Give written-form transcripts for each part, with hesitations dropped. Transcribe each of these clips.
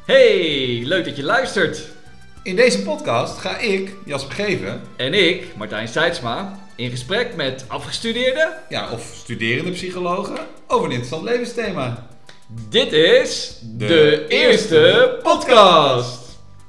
Hey, leuk dat je luistert. In deze podcast ga ik, Jasper Geven, En ik, Martijn Seidsma, in gesprek met afgestudeerden of studerende psychologen over een interessant levensthema. Dit is de eerste podcast.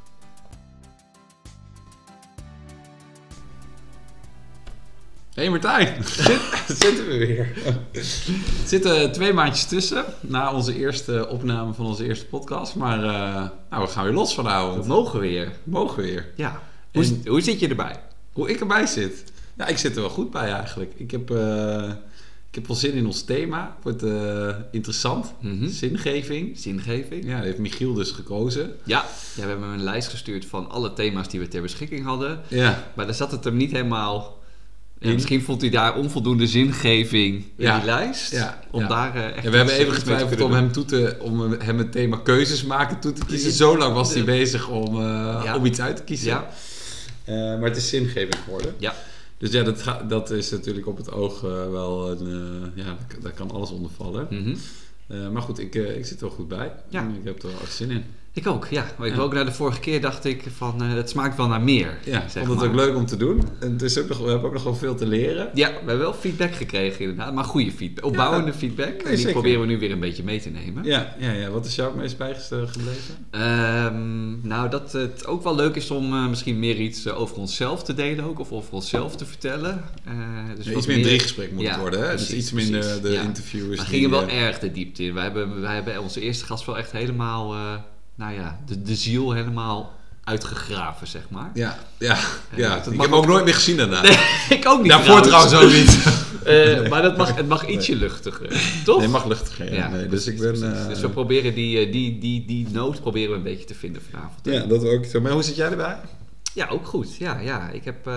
Hey Martijn, zitten we weer. Er zitten 2 maandjes tussen na onze eerste opname van onze eerste podcast. Maar we gaan weer los vanavond. We mogen weer. Mogen weer. Ja. En Hoe zit je erbij? hoe ik erbij zit? Ja, ik zit er wel goed bij eigenlijk. Ik heb wel zin in ons thema. Het wordt interessant. Zingeving. Zingeving. Ja, dat heeft Michiel dus gekozen. Ja, we hebben hem een lijst gestuurd van alle thema's die we ter beschikking hadden. Ja. Maar daar zat het hem niet helemaal... Ja, In? misschien vond hij daar onvoldoende zingeving in Ja. die lijst. Ja. Om Ja. daar echt... Ja, we hebben iets even mee te getwijfeld kunnen om hem het thema keuzes maken toe te kiezen. Zo lang was hij bezig om iets uit te kiezen. Ja. Maar het is zingeving geworden. Ja. Dus ja, dat is natuurlijk op het oog wel een... daar kan alles onder vallen. Mhm. Maar goed, ik zit er wel goed bij. Ja. En ik heb er wel echt zin in. Ik ook, ja. Maar ik Ja. ook na de vorige keer dacht ik van, het smaakt wel naar meer. Ja, ik zeg vond het maar. ook leuk om te doen. En het is ook we hebben ook nog wel veel te leren. Ja, we hebben wel feedback gekregen inderdaad, maar goede feedback. Opbouwende feedback. En die zeker. proberen we nu weer een beetje mee te nemen. Ja. Wat is jou het meest bijgebleven? Nou, dat het ook wel leuk is om misschien meer iets over onszelf te delen ook. Of over onszelf te vertellen. Dus Ja, wat iets meer een driegesprek moet het worden. Hè? Precies, dus iets minder precies. de Ja. interviewers. Maar gingen wel erg de diepte in. Wij hebben onze eerste gast wel echt helemaal, de ziel helemaal uitgegraven, zeg maar. Ja. dat Ik mag heb hem ook nooit meer gezien daarna. Nee, ik ook niet. Daarvoor trouwens ook niet. Maar het mag ietsje luchtiger, toch? Nee, het mag luchtiger. Ja. Nee, dus ik ben... precies. Dus we proberen die noot proberen we een beetje te vinden vanavond. Ja, dat ook zo. Maar hoe zit jij erbij? Ja, ook goed. Ja. Ik heb,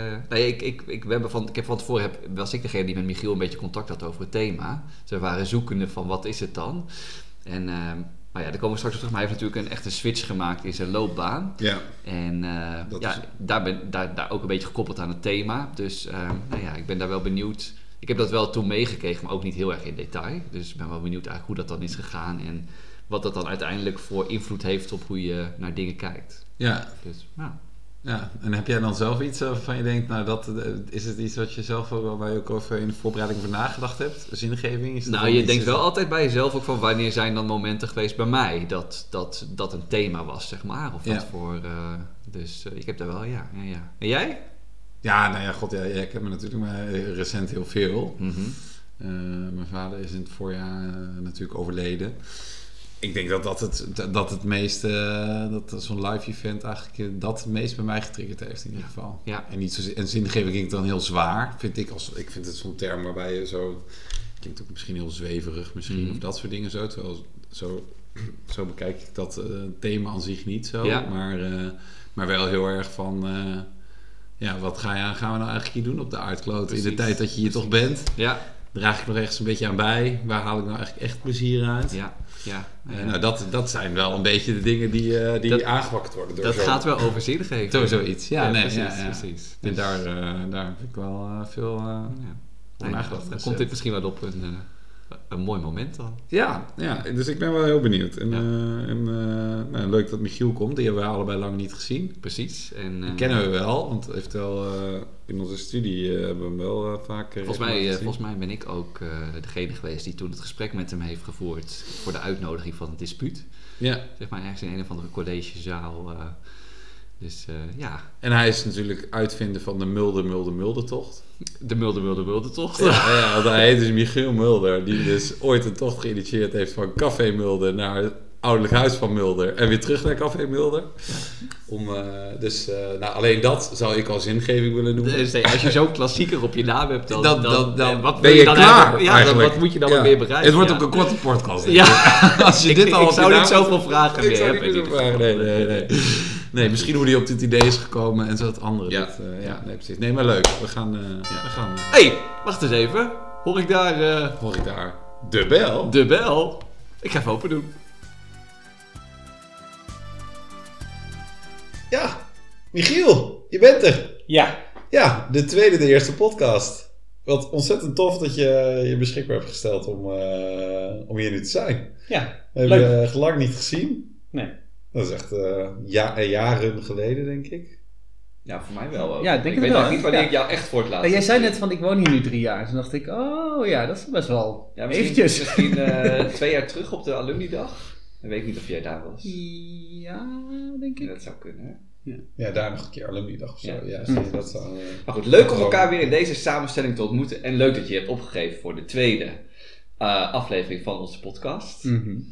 van tevoren was ik degene die met Michiel een beetje contact had over het thema. Dus we waren zoekende van wat is het dan? En daar komen we straks op terug. Maar hij heeft natuurlijk een echte switch gemaakt in zijn loopbaan. Ja. En daar ook een beetje gekoppeld aan het thema. Dus ik ben daar wel benieuwd. Ik heb dat wel toen meegekregen, maar ook niet heel erg in detail. Dus ik ben wel benieuwd eigenlijk hoe dat dan is gegaan. En wat dat dan uiteindelijk voor invloed heeft op hoe je naar dingen kijkt. Ja. Dus, Ja, en heb jij dan zelf iets waarvan je denkt, is het iets wat je zelf ook, waar je ook over in de voorbereiding voor nagedacht hebt? Zingeving? Is dat je denkt wel altijd bij jezelf ook van wanneer zijn dan momenten geweest bij mij dat een thema was, zeg maar. Of wat voor... Dus ik heb daar wel, ja. En jij? Ja, ik heb me natuurlijk maar recent heel veel. Mhm. Mijn vader is in het voorjaar natuurlijk overleden. Ik denk dat het meeste, dat zo'n live event eigenlijk dat het meest bij mij getriggerd heeft in ieder geval. Ja. En niet zo, en zingeving klinkt dan heel zwaar, vind ik. Ik vind het zo'n term waarbij je zo, klinkt ook misschien heel zweverig misschien, of dat soort dingen zo. Terwijl zo bekijk ik dat thema aan zich niet zo. Ja. Maar wel heel erg van, wat gaan we nou eigenlijk hier doen op de aardkloot in de tijd dat je hier toch bent? Ja. Draag ik nog ergens een beetje aan bij? Waar haal ik nou eigenlijk echt plezier uit? Ja. Dat zijn wel een beetje de dingen die aangewakkerd worden. Dat gaat wel over zingeving. Door zoiets. Precies. En daar heb ik wel veel nagedacht. Dan komt dit misschien wel op een mooi moment dan. Ja, dus ik ben wel heel benieuwd. En leuk dat Michiel komt. Die hebben we allebei lang niet gezien. Precies. Die kennen we wel, want heeft wel in onze studie hebben we hem wel vaak volgens mij ben ik ook degene geweest die toen het gesprek met hem heeft gevoerd voor de uitnodiging van het dispuut. Ja. Zeg maar ergens in een of andere collegezaal. En hij is natuurlijk uitvinder van de Mulder-tocht. De Mulder-tocht. Ja, want hij heet dus Michiel Mulder, die dus ooit een tocht geïnitieerd heeft van Café Mulder naar het ouderlijk huis van Mulder en weer terug naar Café Mulder. Alleen dat zou ik als zingeving willen noemen. Dus als je zo'n klassieker op je naam hebt, dan wat ben je dan klaar. Wat moet je dan weer bereiken? Het wordt ook een korte podcast. Ja, als je dit al ik zou niet zoveel vragen meer hebben. Nee, misschien hoe die op dit idee is gekomen en zo het andere. Nee, precies. Nee, maar leuk. We gaan... Hey, wacht eens even. Hoor ik daar de bel? De bel? Ik ga even open doen. Ja, Michiel, je bent er. Ja. Ja, de eerste podcast. Wat ontzettend tof dat je je beschikbaar hebt gesteld om hier nu te zijn. Ja, We hebben je lang niet gezien. Nee. Dat is echt jaren geleden, denk ik. Ja, voor mij wel ook. Ja, denk ik weet wel, eigenlijk niet wanneer ik jou echt voor het laatst... Jij zei net van, ik woon hier nu 3 jaar. Toen dacht ik, oh ja, dat is best wel eventjes. Misschien 2 jaar terug op de alumnidag. Ik weet niet of jij daar was. Ja, denk ik. Ja, dat zou kunnen, hè? Ja, daar nog een keer alumnidag of zo. Ja, dat zou... Maar goed, leuk om elkaar weer in deze samenstelling te ontmoeten. En leuk dat je hebt opgegeven voor de tweede aflevering van onze podcast. Mm-hmm.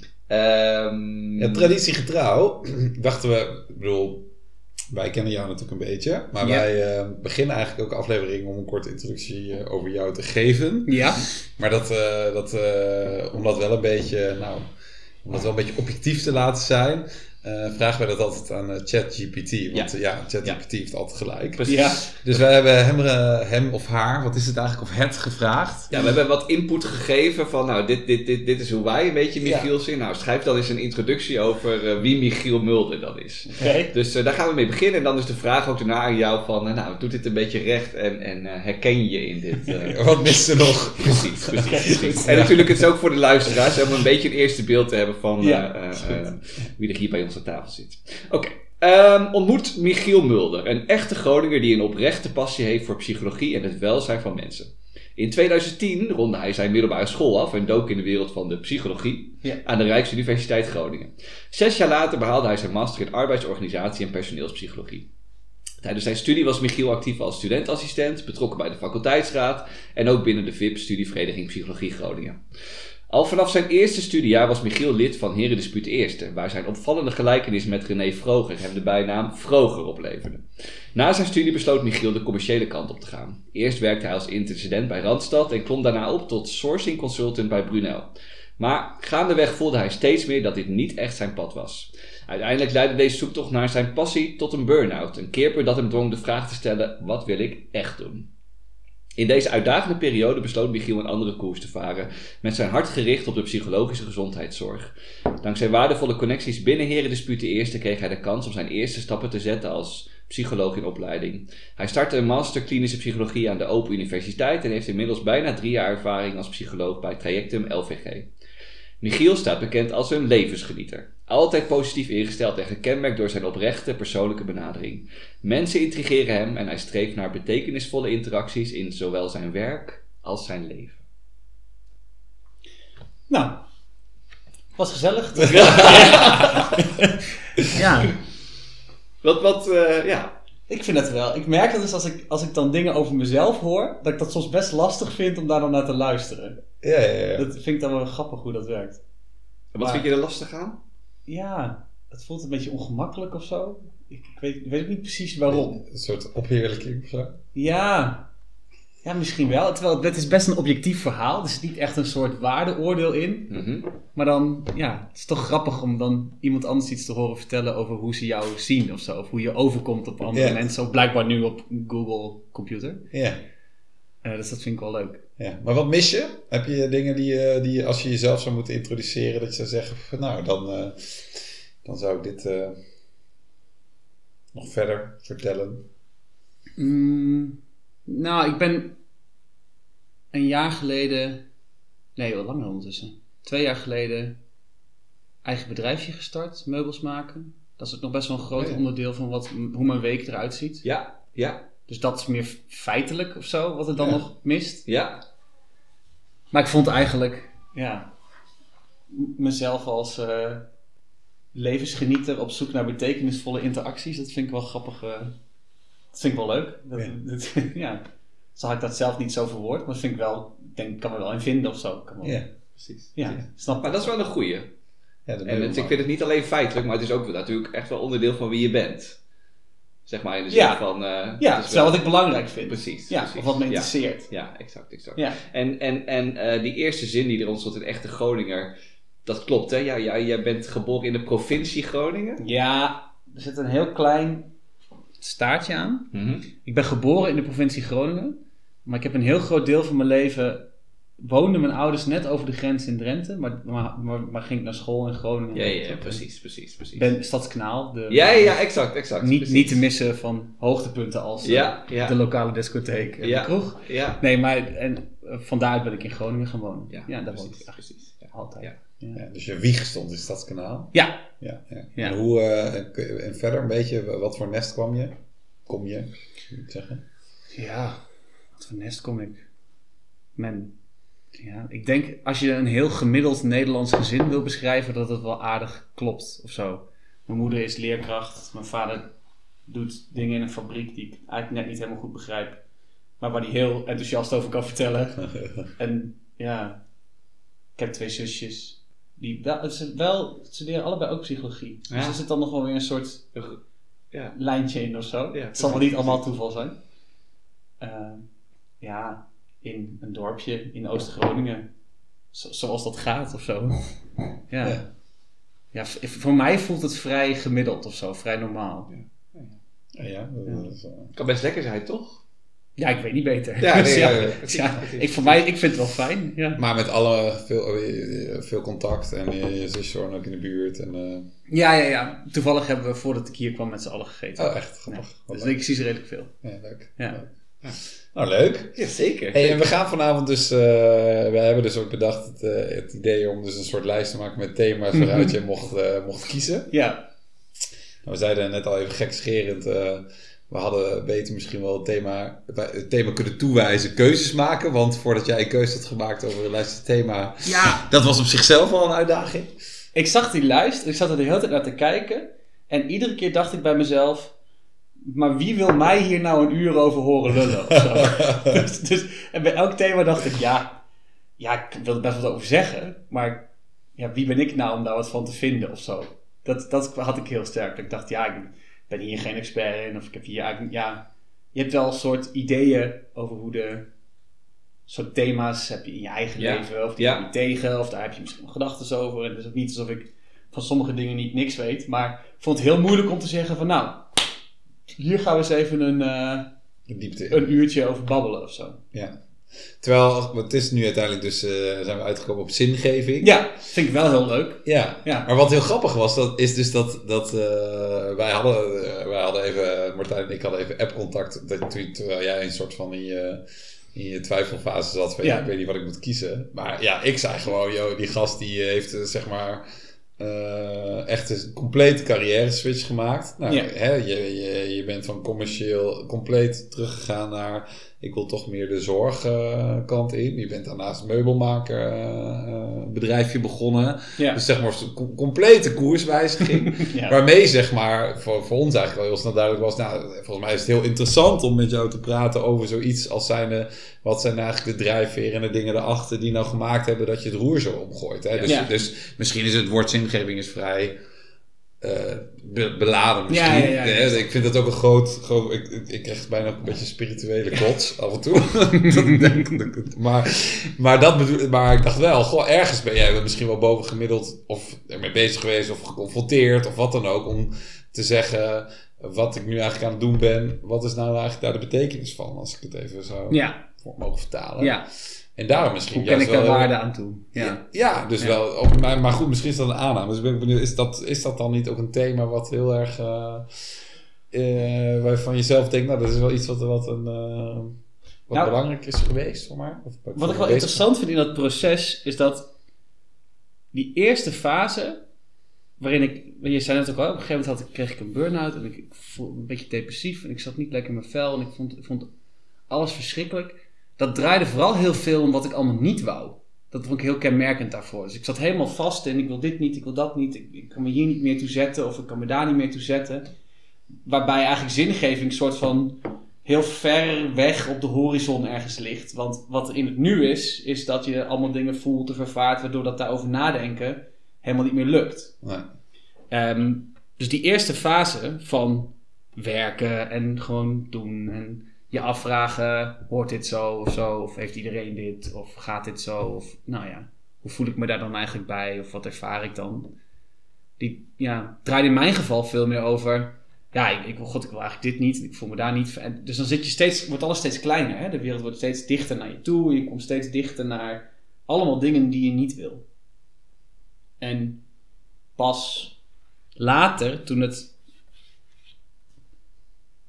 Traditiegetrouw dachten we, ik bedoel, wij kennen jou natuurlijk een beetje, maar wij beginnen eigenlijk elke aflevering om een korte introductie over jou te geven. Ja. Maar om dat wel een beetje, objectief te laten zijn, vragen wij dat altijd aan ChatGPT. Want ChatGPT heeft altijd gelijk. Precies. Ja. Dus wij hebben hem of haar, wat is het eigenlijk, of het gevraagd. Ja, we hebben wat input gegeven van, dit is hoe wij een beetje Michiel zien. Nou, schrijf dan eens een introductie over wie Michiel Mulder dan is. Okay. Dus daar gaan we mee beginnen. En dan is de vraag ook daarna aan jou van, doet dit een beetje recht en herken je in dit? Wat mist er nog? Precies. En natuurlijk het is ook voor de luisteraars om een beetje een eerste beeld te hebben van wie er hier bij ons aan tafel zit. Oké. Ontmoet Michiel Mulder, een echte Groninger die een oprechte passie heeft voor psychologie en het welzijn van mensen. In 2010 ronde hij zijn middelbare school af en dook in de wereld van de psychologie aan de Rijksuniversiteit Groningen. 6 jaar later behaalde hij zijn master in arbeidsorganisatie en personeelspsychologie. Tijdens zijn studie was Michiel actief als studentassistent, betrokken bij de faculteitsraad en ook binnen de VIP Studievereniging Psychologie Groningen. Al vanaf zijn eerste studiejaar was Michiel lid van Herendispuut Eerste, waar zijn opvallende gelijkenis met René Vroger hem de bijnaam Vroger opleverde. Na zijn studie besloot Michiel de commerciële kant op te gaan. Eerst werkte hij als intendant bij Randstad en klom daarna op tot sourcing consultant bij Brunel. Maar gaandeweg voelde hij steeds meer dat dit niet echt zijn pad was. Uiteindelijk leidde deze zoektocht naar zijn passie tot een burn-out, een keerpunt dat hem dwong de vraag te stellen: wat wil ik echt doen? In deze uitdagende periode besloot Michiel een andere koers te varen, met zijn hart gericht op de psychologische gezondheidszorg. Dankzij waardevolle connecties binnen Herendispuut Eerste kreeg hij de kans om zijn eerste stappen te zetten als psycholoog in opleiding. Hij startte een master klinische psychologie aan de Open Universiteit en heeft inmiddels bijna 3 jaar ervaring als psycholoog bij Trajectum LVG. Michiel staat bekend als een levensgenieter. Altijd positief ingesteld en gekenmerkt door zijn oprechte persoonlijke benadering. Mensen intrigeren hem en hij streeft naar betekenisvolle interacties in zowel zijn werk als zijn leven. Nou, was gezellig. Ja. Ik vind het wel. Ik merk dat dus als ik dan dingen over mezelf hoor, dat ik dat soms best lastig vind om daar dan naar te luisteren. Ja. Dat vind ik dan wel grappig hoe dat werkt. En wat vind je er lastig aan? Ja, het voelt een beetje ongemakkelijk of zo. Ik weet ook niet precies waarom. Een soort opheerlijking of zo? Ja, misschien wel. Terwijl het is best een objectief verhaal. Er zit niet echt een soort waardeoordeel in. Mm-hmm. Maar dan, het is toch grappig om dan iemand anders iets te horen vertellen over hoe ze jou zien of zo. Of hoe je overkomt op andere mensen. Of blijkbaar nu op Google Computer. Ja. Dus dat vind ik wel leuk. Ja. Maar wat mis je? Heb je dingen die als je jezelf zou moeten introduceren, dat je zou zeggen, nou, dan zou ik dit nog verder vertellen? Nou, ik ben een jaar geleden, wat langer ondertussen, 2 jaar geleden eigen bedrijfje gestart, meubels maken. Dat is ook nog best wel een groot onderdeel van hoe mijn week eruit ziet. Ja. Dus dat is meer feitelijk of zo, wat er dan nog mist. Ja. Maar ik vond eigenlijk, mezelf als levensgenieter op zoek naar betekenisvolle interacties. Dat vind ik wel grappig. Dat vind ik wel leuk. Zo had ik dat zelf niet zo verwoord, maar dat vind ik wel, ik kan me wel in vinden of zo. Ja, precies. Ja, snap. Maar dat is wel een goeie. Ja, en ik vind het niet alleen feitelijk, maar het is ook natuurlijk echt wel onderdeel van wie je bent. Zeg maar in de zin van... dat is wel wat ik belangrijk vind. Precies. Of wat me interesseert. Ja, exact. Ja. En die eerste zin die er ontstond, een echte Groninger, dat klopt hè? Jij bent geboren in de provincie Groningen? Ja, er zit een heel klein staartje aan. Mm-hmm. Ik ben geboren in de provincie Groningen, maar ik heb een heel groot deel van mijn leven... woonden mijn ouders net over de grens in Drenthe, maar ging ik naar school in Groningen. Ja, precies. Stadskanaal. Exact. Niet te missen van hoogtepunten als de lokale discotheek en de kroeg. Ja. Nee, maar van daaruit ben ik in Groningen gaan wonen. Ja, daar woon ik precies. Altijd. Ja, dus je wieg stond in Stadskanaal? Ja. En hoe, en verder een beetje, wat voor nest kom je, moet ik zeggen? Ja, wat voor nest kom ik? Ik denk als je een heel gemiddeld Nederlands gezin wil beschrijven, dat het wel aardig klopt of zo. Mijn moeder is leerkracht, mijn vader doet dingen in een fabriek die ik eigenlijk net niet helemaal goed begrijp. Maar waar hij heel enthousiast over kan vertellen. En ja, ik heb 2 zusjes. Ze studeren allebei ook psychologie. Ja. Dus er zit dan nog wel weer een soort lijntje in of zo. Ja, het zal wel niet allemaal toeval zijn. In een dorpje in Oost-Groningen. Zoals dat gaat of zo. Ja, voor mij voelt het vrij gemiddeld of zo. Vrij normaal. Het kan best lekker zijn, toch? Ja, ik weet niet beter. Ik vind het wel fijn. Ja. Maar met veel contact en je zusje woont ook in de buurt. En, Ja. Toevallig hebben we voordat ik hier kwam met z'n allen gegeten. Oh, echt? Grappig. Ja. Dus ik zie ze redelijk veel. Ja, leuk. Ja. Leuk. Nou, leuk. Ja, zeker. Hey, en we gaan vanavond dus... we hebben dus ook bedacht het idee om dus een soort lijst te maken met thema's waaruit je mocht kiezen. Ja. Nou, we zeiden net al even gekscherend... we hadden beter misschien wel het thema kunnen toewijzen, keuzes maken. Want voordat jij een keuze had gemaakt over een lijst thema... Ja. Dat was op zichzelf al een uitdaging. Ik zag die lijst. Ik zat er de hele tijd naar te kijken. En iedere keer dacht ik bij mezelf... Maar wie wil mij hier nou een uur over horen lullen of zo? En bij elk thema dacht ik... Ja, ik wil er best wat over zeggen. Maar wie ben ik nou om daar wat van te vinden of zo? Dat had ik heel sterk. Ik dacht, ik ben hier geen expert in. Of ik heb hier eigenlijk... Je hebt wel een soort ideeën over hoe de... soort thema's heb je in je eigen leven. Of die heb je tegen. Of daar heb je misschien nog gedachten over. En het is ook niet alsof ik van sommige dingen niks weet. Maar ik vond het heel moeilijk om te zeggen van... Nou, hier gaan we eens even een uurtje over babbelen of zo. Ja. Terwijl, het is nu uiteindelijk dus... zijn we uitgekomen op zingeving. Ja, vind ik wel heel leuk. Ja. Maar wat heel grappig was, is dus dat wij hadden even... Martijn en ik hadden even appcontact. Terwijl jij een soort van in je twijfelfase zat van... ik weet niet wat ik moet kiezen. Maar ik zei gewoon... die gast die heeft zeg maar... echt een complete carrière switch gemaakt. Nou, je bent van commercieel compleet teruggegaan naar... Ik wil toch meer de zorgkant in. Je bent daarnaast meubelmaker bedrijfje begonnen. Ja. Dus zeg maar een complete koerswijziging. Waarmee zeg maar voor ons eigenlijk wel heel snel duidelijk was... Nou, volgens mij is het heel interessant om met jou te praten over zoiets als zijnde... Wat zijn eigenlijk de drijfveren en de dingen erachter die nou gemaakt hebben dat je het roer zo omgooit. Hè? Dus misschien is het woord zingeving is vrij... beladen misschien. Ja. Ik vind dat ook een groot ik krijg bijna ook een beetje spirituele kots af en toe. maar ik dacht wel, ergens ben jij misschien wel bovengemiddeld of ermee bezig geweest of geconfronteerd of wat dan ook om te zeggen wat ik nu eigenlijk aan het doen ben. Wat is nou eigenlijk daar de betekenis van als ik het even zou mogen vertalen. Ja. En daarom misschien... Hoe ken ik daar waarde aan toe? Wel... Maar goed, misschien is dat een aanname. Dus ik ben benieuwd, is dat dan niet ook een thema wat heel erg... waarvan je zelf denkt, nou, dat is wel iets wat belangrijk is geweest voor mij? Wat ik wel interessant vind in dat proces, is dat die eerste fase, waarin je zei net ook al, op een gegeven moment kreeg ik een burn-out en ik voelde een beetje depressief en ik zat niet lekker in mijn vel en ik vond alles verschrikkelijk. Dat draaide vooral heel veel om wat ik allemaal niet wou. Dat vond ik heel kenmerkend daarvoor. Dus ik zat helemaal vast en ik wil dit niet, ik wil dat niet. Ik kan me hier niet meer toe zetten of ik kan me daar niet meer toe zetten. Waarbij eigenlijk zingeving soort van heel ver weg op de horizon ergens ligt. Want wat er in het nu is dat je allemaal dingen voelt of ervaart, waardoor dat daarover nadenken helemaal niet meer lukt. Nee. Dus die eerste fase van werken en gewoon doen en je afvragen, hoort dit zo? Of heeft iedereen dit? Of gaat dit zo? Of hoe voel ik me daar dan eigenlijk bij? Of wat ervaar ik dan? Die draait in mijn geval veel meer over... ik wil eigenlijk dit niet. Ik voel me daar niet... Dus dan wordt alles steeds kleiner. Hè? De wereld wordt steeds dichter naar je toe. Je komt steeds dichter naar allemaal dingen die je niet wil. En pas later, toen het...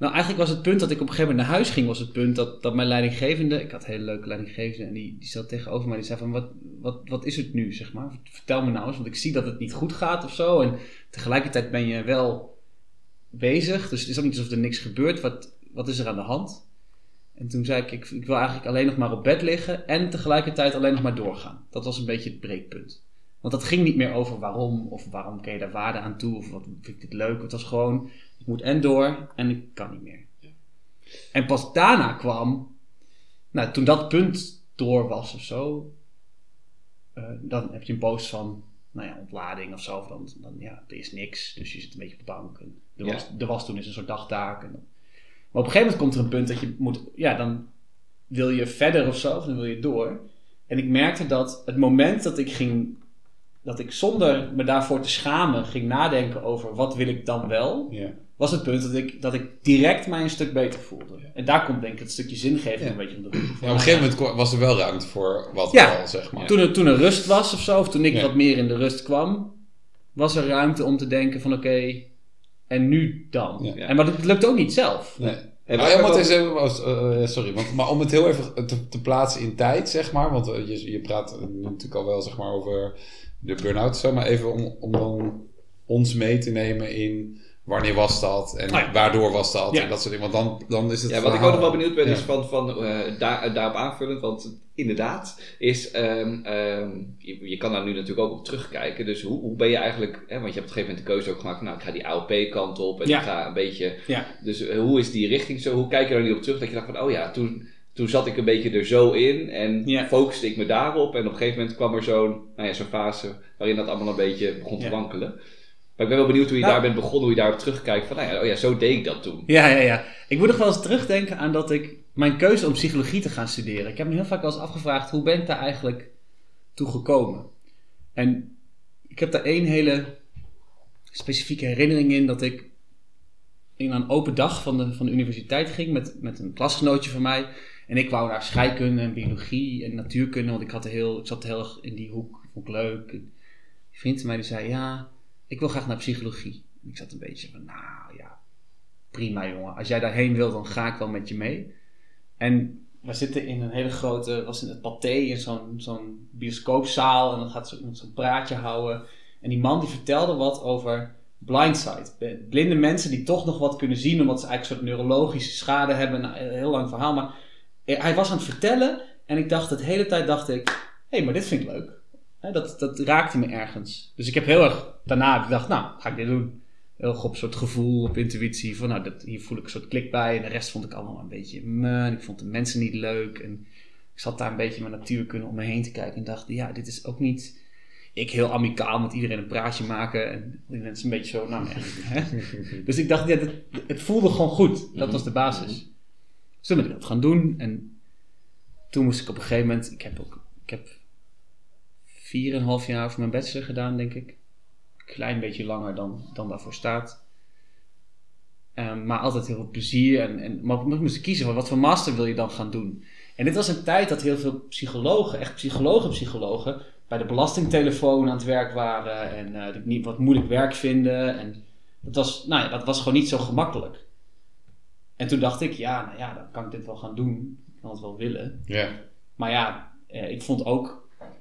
Nou, eigenlijk was het punt dat ik op een gegeven moment naar huis ging, was het punt dat mijn leidinggevende, ik had een hele leuke leidinggevende en die zat tegenover mij, die zei van, wat is het nu, zeg maar? Vertel me nou eens, want ik zie dat het niet goed gaat of zo. En tegelijkertijd ben je wel bezig, dus het is ook niet alsof er niks gebeurt. Wat is er aan de hand? En toen zei ik wil eigenlijk alleen nog maar op bed liggen en tegelijkertijd alleen nog maar doorgaan. Dat was een beetje het breekpunt. Want dat ging niet meer over waarom, of waarom ken je daar waarde aan toe, of wat vind ik dit leuk. Het was gewoon, ik moet en door en ik kan niet meer. Ja. En pas daarna kwam, nou, toen dat punt door was of zo, dan heb je een post van, nou ja, ontlading of zo. Dan ja, er is niks, dus je zit een beetje op de bank. En de was toen is een soort dagtaak. Maar op een gegeven moment komt er een punt dat je moet, ja, dan wil je verder of zo, of dan wil je door. En ik merkte dat het moment dat ik zonder me daarvoor te schamen ging nadenken over wat wil ik dan wel, was het punt dat ik direct mij een stuk beter voelde. Ja. En daar komt denk ik het stukje zingeving een beetje om de hoek. Ja, op een gegeven moment was er wel ruimte voor wat wel, zeg maar. Toen er rust was of zo, of toen ik wat meer in de rust kwam, was er ruimte om te denken van oké, en nu dan? Ja. Maar dat lukt ook niet zelf. Nee. Maar om het heel even te plaatsen in tijd, zeg maar, want je praat natuurlijk al wel, zeg maar, over de burn-out, zeg maar, even om dan ons mee te nemen in wanneer was dat en waardoor was dat en dat soort dingen, want dan is het wat ik ook nog wel benieuwd ben is van daarop aanvullend, want inderdaad is je kan daar nu natuurlijk ook op terugkijken, dus hoe ben je eigenlijk, want je hebt op een gegeven moment de keuze ook gemaakt van, nou, ik ga die AOP kant op en ik ga een beetje, dus hoe is die richting zo, hoe kijk je er nu op terug dat je dacht van, oh ja, toen zat ik een beetje er zo in en focuste ik me daarop. En op een gegeven moment kwam er zo'n fase waarin dat allemaal een beetje begon te wankelen. Maar ik ben wel benieuwd hoe je daar bent begonnen, hoe je daarop terugkijkt. Van zo deed ik dat toen. Ja. Ik moet nog wel eens terugdenken aan dat ik mijn keuze om psychologie te gaan studeren. Ik heb me heel vaak wel eens afgevraagd, hoe ben ik daar eigenlijk toe gekomen? En ik heb daar één hele specifieke herinnering in dat ik in een open dag van de universiteit ging met een klasgenootje van mij. En ik wou naar scheikunde en biologie en natuurkunde, want ik zat heel erg in die hoek, vond ik leuk. En een vriend van mij die zei, ja, ik wil graag naar psychologie. En ik zat een beetje van, nou ja, prima jongen. Als jij daarheen wil, dan ga ik wel met je mee. En we zitten in een hele grote, was in het Pathé, in zo'n bioscoopzaal. En dan gaat iemand zo'n praatje houden. En die man die vertelde wat over blindsight. Blinde mensen die toch nog wat kunnen zien, omdat ze eigenlijk een soort neurologische schade hebben. Nou, een heel lang verhaal, maar hij was aan het vertellen en de hele tijd dacht ik, hé, maar dit vind ik leuk. Dat raakte me ergens. Dus ik heb heel erg daarna gedacht, nou, ga ik dit doen. Heel erg op een soort gevoel, op intuïtie, van nou, hier voel ik een soort klik bij. En de rest vond ik allemaal een beetje ik vond de mensen niet leuk. En ik zat daar een beetje met natuurkunde om me heen te kijken en dacht, ja, dit is ook niet ik heel amicaal met iedereen een praatje maken. En die mensen een beetje zo, nou nee. Dus ik dacht, het voelde gewoon goed. Dat was de basis. Dus toen ben ik dat gaan doen. En toen moest ik op een gegeven moment, ik heb 4,5 jaar voor mijn bachelor gedaan, denk ik. Een klein beetje langer dan daarvoor staat. Maar altijd heel veel plezier. Maar ik moest kiezen van wat voor master wil je dan gaan doen. En dit was een tijd dat heel veel psychologen, echt psychologen, bij de belastingtelefoon aan het werk waren. En niet wat moeilijk werk vinden. En dat was gewoon niet zo gemakkelijk. En toen dacht ik, dan kan ik dit wel gaan doen. Ik kan het wel willen. Yeah. Maar ja, ik vond ook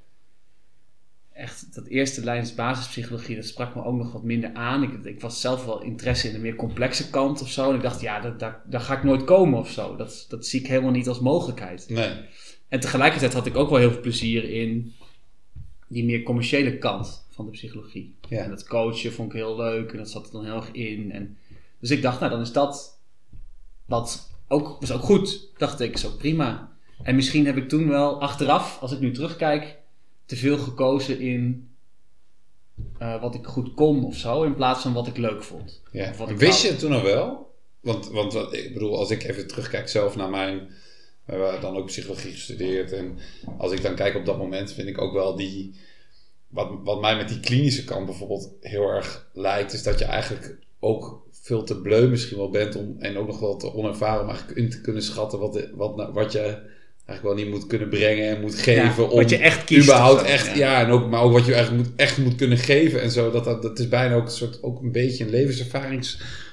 echt dat eerste lijns basispsychologie, dat sprak me ook nog wat minder aan. Ik was zelf wel interesse in de meer complexe kant of zo. En ik dacht, daar ga ik nooit komen of zo. Dat zie ik helemaal niet als mogelijkheid. Nee. En tegelijkertijd had ik ook wel heel veel plezier in die meer commerciële kant van de psychologie. Ja. En dat coachen vond ik heel leuk en dat zat er dan heel erg in. Dus ik dacht, dan is dat was ook goed. Dacht ik, is ook prima. En misschien heb ik toen wel achteraf, als ik nu terugkijk, te veel gekozen in wat ik goed kon of zo, in plaats van wat ik leuk vond. Ja. Wist je het toen al wel? Want ik bedoel, als ik even terugkijk zelf naar we hebben dan ook psychologie gestudeerd. En als ik dan kijk op dat moment, vind ik ook wel wat mij met die klinische kant bijvoorbeeld heel erg lijkt, is dat je eigenlijk ook veel te bleu misschien wel bent en ook nog wel te onervaren om eigenlijk in te kunnen schatten wat je eigenlijk wel niet moet kunnen brengen en moet geven om wat je echt kiest. Überhaupt echt, maar ook wat je eigenlijk moet kunnen geven en zo. Dat is bijna ook ook een beetje een levenservaringsding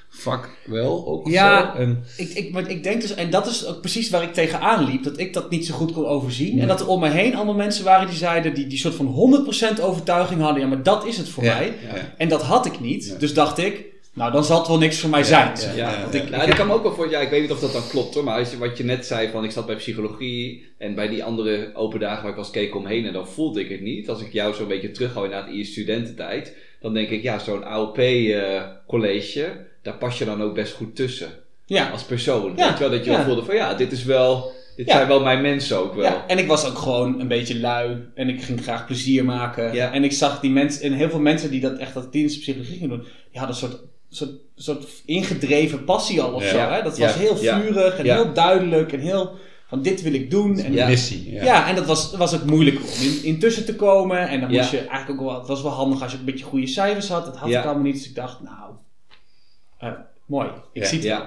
vak wel ook ja, zo? En... ik denk dus, en dat is ook precies waar ik tegenaan liep, dat ik dat niet zo goed kon overzien. Ja. En dat er om me heen allemaal mensen waren die zeiden, die soort van 100% overtuiging hadden, ja, maar dat is het voor mij. Ja. En dat had ik niet. Ja. Dus dacht ik, nou, dan zal het wel niks voor mij zijn. Ik kan me ook wel voor, ik weet niet of dat dan klopt hoor, maar wat je net zei van, ik zat bij psychologie en bij die andere open dagen waar ik was keek omheen en dan voelde ik het niet. Als ik jou zo'n beetje terughoud inderdaad in je studententijd, dan denk ik, ja, zo'n AOP-college, daar pas je dan ook best goed tussen. Ja. Als persoon. Ja. Weet je wel, dat je wel voelde van, ja, dit zijn wel mijn mensen ook wel. Ja. En ik was ook gewoon een beetje lui en ik ging graag plezier maken. Ja. En ik zag die mensen, en heel veel mensen die dat echt dat klinische psychologie gingen doen, die hadden een soort ingedreven passie al of zo. Hè? Dat was heel vurig en heel duidelijk en heel van dit wil ik doen. En missie. Ja, en dat was ook moeilijk om intussen te komen. En dan moest je eigenlijk ook wel, het was wel handig als je een beetje goede cijfers had. Dat had ik allemaal niet, dus ik dacht, nou, mooi, ik zie het wel.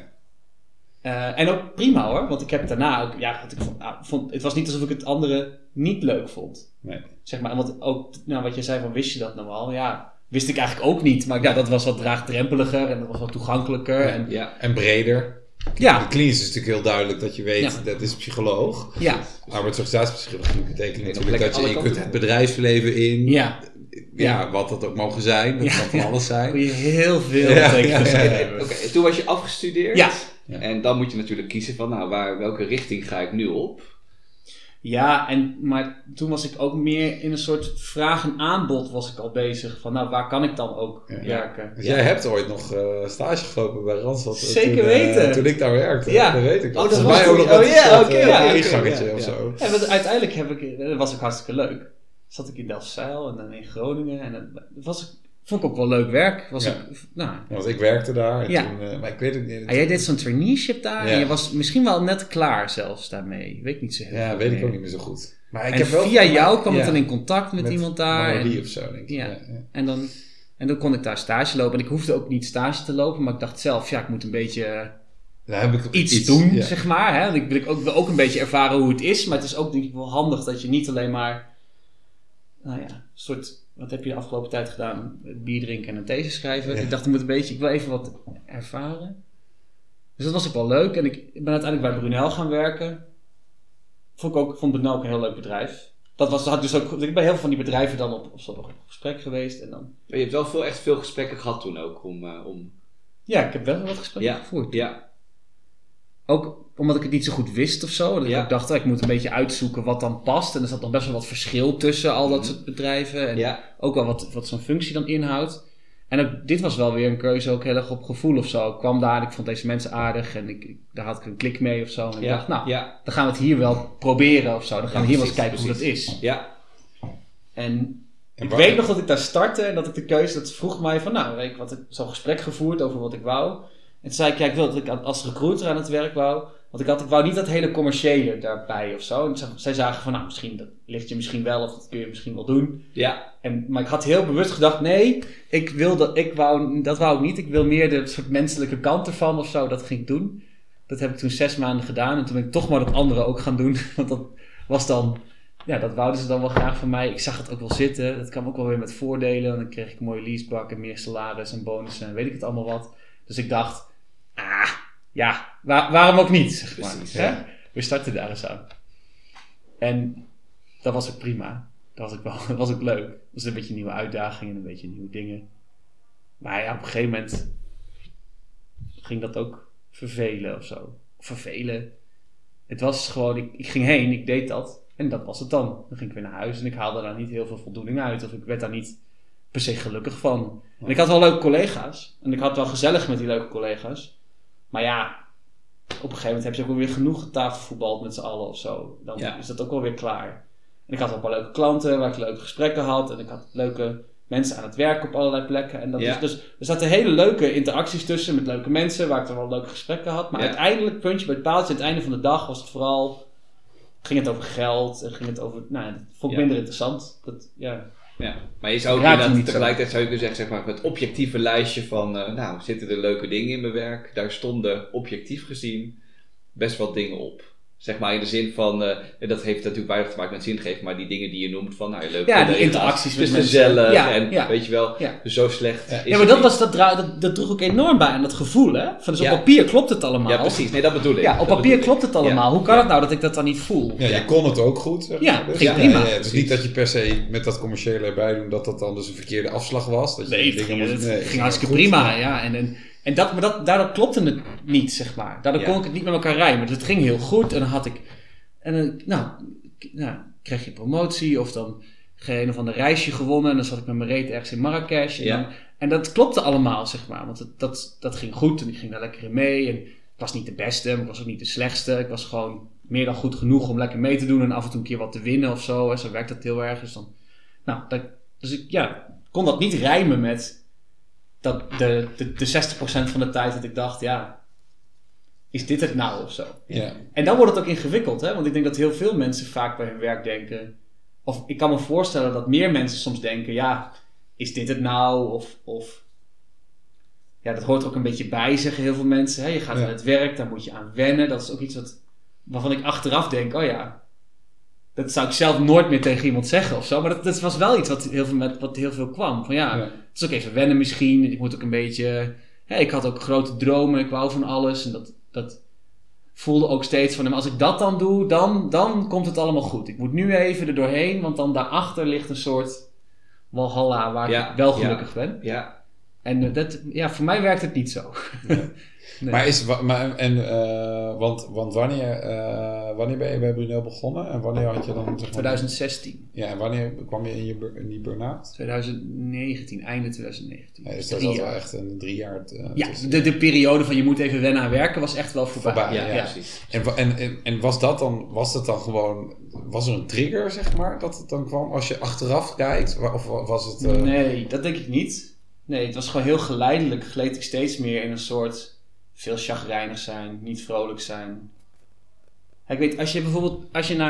Ja. En ook prima hoor, want ik heb daarna ook, het was niet alsof ik het andere niet leuk vond. Nee. Zeg maar, want ook, wat je zei van, wist je dat nou al? Ja, wist ik eigenlijk ook niet, maar dat was wat draagdrempeliger en dat was wat toegankelijker. En breder. Ja. De klinisch is natuurlijk heel duidelijk dat je weet, dat is psycholoog. Ja. Arbeidsorganisatiepsychologie betekent natuurlijk dat je kunt het bedrijfsleven in. Ja, wat dat ook mogen zijn. Dat kan van alles zijn. Kun je heel veel betekenen. Oké, toen was je afgestudeerd. Ja. En dan moet je natuurlijk kiezen van, welke richting ga ik nu op? Ja, maar toen was ik ook meer in een soort vraag en aanbod was ik al bezig. Van waar kan ik dan ook werken? Dus jij hebt ooit nog stage gelopen bij Randstad. Zeker weten. Toen ik daar werkte. Ja. Dat weet ik nog. Dat was mij ook nog een ingangetje of zo. Ja, want uiteindelijk dat was ook hartstikke leuk. Zat ik in Delfzijl en dan in Groningen. En vond ik ook wel leuk werk. Want ik werkte daar. En toen, maar ik weet het niet. Jij deed zo'n traineeship daar. En je was misschien wel net klaar zelfs daarmee. Weet ik niet zo heel veel. Weet ik ook niet meer zo goed. Maar ik heb wel via jou kwam ik dan in contact met iemand daar. Marlie of zo, denk ik. Ja. En dan kon ik daar stage lopen. En ik hoefde ook niet stage te lopen. Maar ik dacht zelf, ik moet een beetje iets doen, zeg maar. Hè? Want ik wil ook een beetje ervaren hoe het is. Maar het is ook denk ik wel handig dat je niet alleen maar soort... Wat heb je de afgelopen tijd gedaan? Bier drinken en een thesis schrijven. Ja. Ik dacht, ik wil even wat ervaren. Dus dat was ook wel leuk. En ik ben uiteindelijk bij Brunel gaan werken. Vond Brunel ook een heel leuk bedrijf. Ik ben heel veel van die bedrijven dan op gesprek geweest. En dan... Maar je hebt wel echt veel gesprekken gehad toen ook Ja, ik heb wel wat gesprekken gevoerd. Ja. Ook omdat ik het niet zo goed wist of zo. Dat ik ook dacht, ik moet een beetje uitzoeken wat dan past. En er zat nog best wel wat verschil tussen al dat soort bedrijven. En ook wel wat zo'n functie dan inhoudt. En ook, dit was wel weer een keuze ook heel erg op gevoel of zo. Ik kwam daar en ik vond deze mensen aardig. En daar had ik een klik mee of zo. En ik dacht, dan gaan we het hier wel proberen of zo. Dan gaan we hier wel eens kijken hoe dat is. Ja. En ik weet nog dat ik daar startte en dat ik de keuze... Dat vroeg mij van, weet ik wat, ik zo'n gesprek gevoerd over wat ik wou. En toen zei ik, ik wil dat ik als recruiter aan het werk wou... Want ik wou niet dat hele commerciële daarbij of zo. En zij zagen van, misschien dat ligt je misschien wel of dat kun je misschien wel doen. Ja. Maar ik had heel bewust gedacht, nee, dat wou ik niet. Ik wil meer de soort menselijke kant ervan of zo, dat ging ik doen. Dat heb ik toen 6 maanden gedaan. En toen ben ik toch maar dat andere ook gaan doen. Want dat was dan, dat wouden ze dan wel graag van mij. Ik zag het ook wel zitten. Dat kwam ook wel weer met voordelen. En dan kreeg ik een mooie leasebak en meer salaris en bonussen en weet ik het allemaal wat. Dus ik dacht, waarom ook niet, zeg maar. Precies, hè? We starten daar eens aan. En dat was ook prima. Dat was ook leuk. Dat was een beetje nieuwe uitdagingen en een beetje nieuwe dingen. Maar op een gegeven moment ging dat ook vervelen of zo. Vervelen. Het was gewoon, ik ging heen, ik deed dat. En dat was het dan. Dan ging ik weer naar huis en ik haalde daar niet heel veel voldoening uit. Of ik werd daar niet per se gelukkig van. En ik had wel leuke collega's. En ik had wel gezellig met die leuke collega's. Maar op een gegeven moment heb je ook wel weer genoeg tafelvoetbald met z'n allen of zo. Dan is dat ook wel weer klaar. En ik had ook wel leuke klanten waar ik leuke gesprekken had. En ik had leuke mensen aan het werk op allerlei plekken. En dus er zaten hele leuke interacties tussen met leuke mensen waar ik er wel leuke gesprekken had. Maar uiteindelijk, puntje bij het paaltje, aan het einde van de dag was het vooral... Ging het over geld en ging het over... dat vond ik minder interessant. Ja, maar je zou ook tegelijkertijd zou je kunnen zeggen, zeg maar, het objectieve lijstje van, zitten er leuke dingen in mijn werk? Daar stonden objectief gezien best wel dingen op. Zeg maar in de zin van, dat heeft natuurlijk weinig te maken met zingeving, maar die dingen die je noemt van, nou, leuk. Ja, die interacties met mensen. Gezellig weet je wel, dus zo slecht is maar dat droeg ook enorm bij aan dat gevoel, hè? Van, dus op papier klopt het allemaal. Ja, precies. Nee, dat bedoel ik. Ja, op papier klopt het allemaal. Hoe kan het nou dat ik dat dan niet voel? Ja, je kon het ook goed. Zeg maar. Ja, dat ging prima. Het is niet dat je per se met dat commerciële erbij doen, dat dan dus een verkeerde afslag was. Dat je het ging hartstikke prima, ja. En daardoor klopte het niet, zeg maar. Daardoor kon ik het niet met elkaar rijmen. Dus het ging heel goed en dan had ik... En dan kreeg je promotie of dan kreeg je een of ander reisje gewonnen. En dan zat ik met mijn reet ergens in Marrakesh. En dat klopte allemaal, zeg maar. Want dat ging goed en ik ging daar lekker in mee. En ik was niet de beste, maar ik was ook niet de slechtste. Ik was gewoon meer dan goed genoeg om lekker mee te doen. En af en toe een keer wat te winnen of zo. En zo werkt dat heel erg. Dus ik kon dat niet rijmen met... Dat de 60% van de tijd dat ik dacht, is dit het nou of zo? Ja. En dan wordt het ook ingewikkeld, hè? Want ik denk dat heel veel mensen vaak bij hun werk denken, of ik kan me voorstellen dat meer mensen soms denken, is dit het nou? Of dat hoort er ook een beetje bij, zeggen heel veel mensen. Hè? Je gaat naar het werk, daar moet je aan wennen. Dat is ook iets waarvan ik achteraf denk, dat zou ik zelf nooit meer tegen iemand zeggen of zo. Maar dat was wel iets wat heel veel kwam. Van het is ook even wennen misschien. Ik moet ook een beetje... ik had ook grote dromen. Ik wou van alles. En dat voelde ook steeds van... Maar als ik dat dan doe, dan komt het allemaal goed. Ik moet nu even er doorheen. Want dan daarachter ligt een soort walhalla waar ik wel gelukkig ben. Ja. En voor mij werkt het niet zo. Nee. Want wanneer ben je bij Brunel begonnen en wanneer had je dan... 2016. Ja, en wanneer kwam je in die burn-out? 2019, einde 2019. Ja, dus dat was wel echt een 3 jaar... de periode van je moet even wennen aan werken was echt wel voorbij. Ja, precies. En was dat dan gewoon... Was er een trigger, zeg maar, dat het dan kwam als je achteraf kijkt? Of was het... Nee, dat denk ik niet. Nee, het was gewoon heel geleidelijk. Gleed ik steeds meer in een soort... Veel chagrijnig zijn, niet vrolijk zijn. Ik weet, als je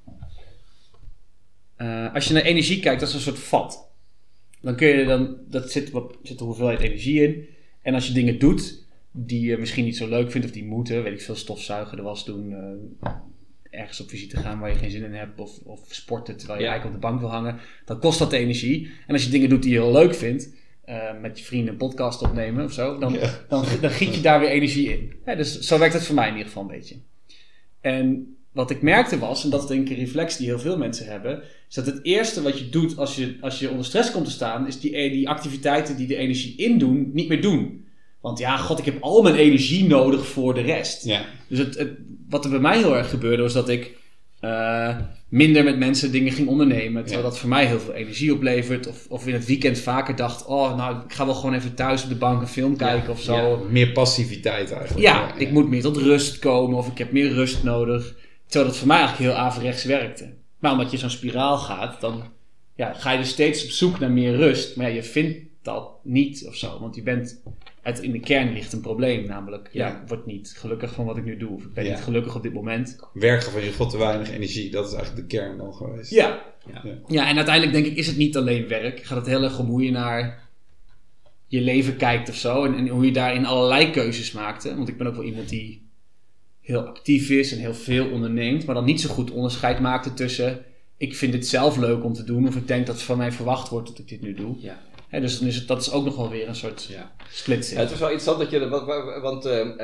naar energie kijkt, dat is een soort vat. Dan kun je dat zit een hoeveelheid energie in. En als je dingen doet die je misschien niet zo leuk vindt of die moeten, weet ik veel, stofzuigen, de was doen, ergens op visite gaan waar je geen zin in hebt of sporten terwijl je eigenlijk op de bank wil hangen, dan kost dat energie. En als je dingen doet die je heel leuk vindt, met je vrienden een podcast opnemen of zo, dan giet je daar weer energie in. Ja, dus zo werkt het voor mij in ieder geval een beetje. En wat ik merkte was, en dat is denk ik een reflex die heel veel mensen hebben, is dat het eerste wat je doet als je onder stress komt te staan, is die activiteiten die de energie indoen, niet meer doen. Want ik heb al mijn energie nodig voor de rest. Ja. Dus wat er bij mij heel erg gebeurde, was dat ik minder met mensen dingen ging ondernemen. Terwijl dat voor mij heel veel energie oplevert. Of in het weekend vaker dacht, ik ga wel gewoon even thuis op de bank een film kijken of zo. Ja, meer passiviteit eigenlijk. Ja, ik moet meer tot rust komen of ik heb meer rust nodig. Terwijl dat voor mij eigenlijk heel averechts werkte. Maar omdat je zo'n spiraal gaat, dan ga je dus steeds op zoek naar meer rust. Maar je vindt dat niet of zo. Want je bent... in de kern ligt een probleem, namelijk ik word niet gelukkig van wat ik nu doe. Of ik ben niet gelukkig op dit moment. Werken van je god te weinig energie, dat is eigenlijk de kern dan geweest. Ja, en uiteindelijk denk ik is het niet alleen werk. Gaat het heel erg om hoe je naar je leven kijkt of zo. En hoe je daarin allerlei keuzes maakt. Hè? Want ik ben ook wel iemand die heel actief is en heel veel onderneemt. Maar dan niet zo goed onderscheid maakte tussen... ik vind het zelf leuk om te doen. Of ik denk dat van mij verwacht wordt dat ik dit nu doe. Ja. He, dus dan is dat is ook nog wel weer een soort splitsing. Ja, het was wel interessant dat je... Want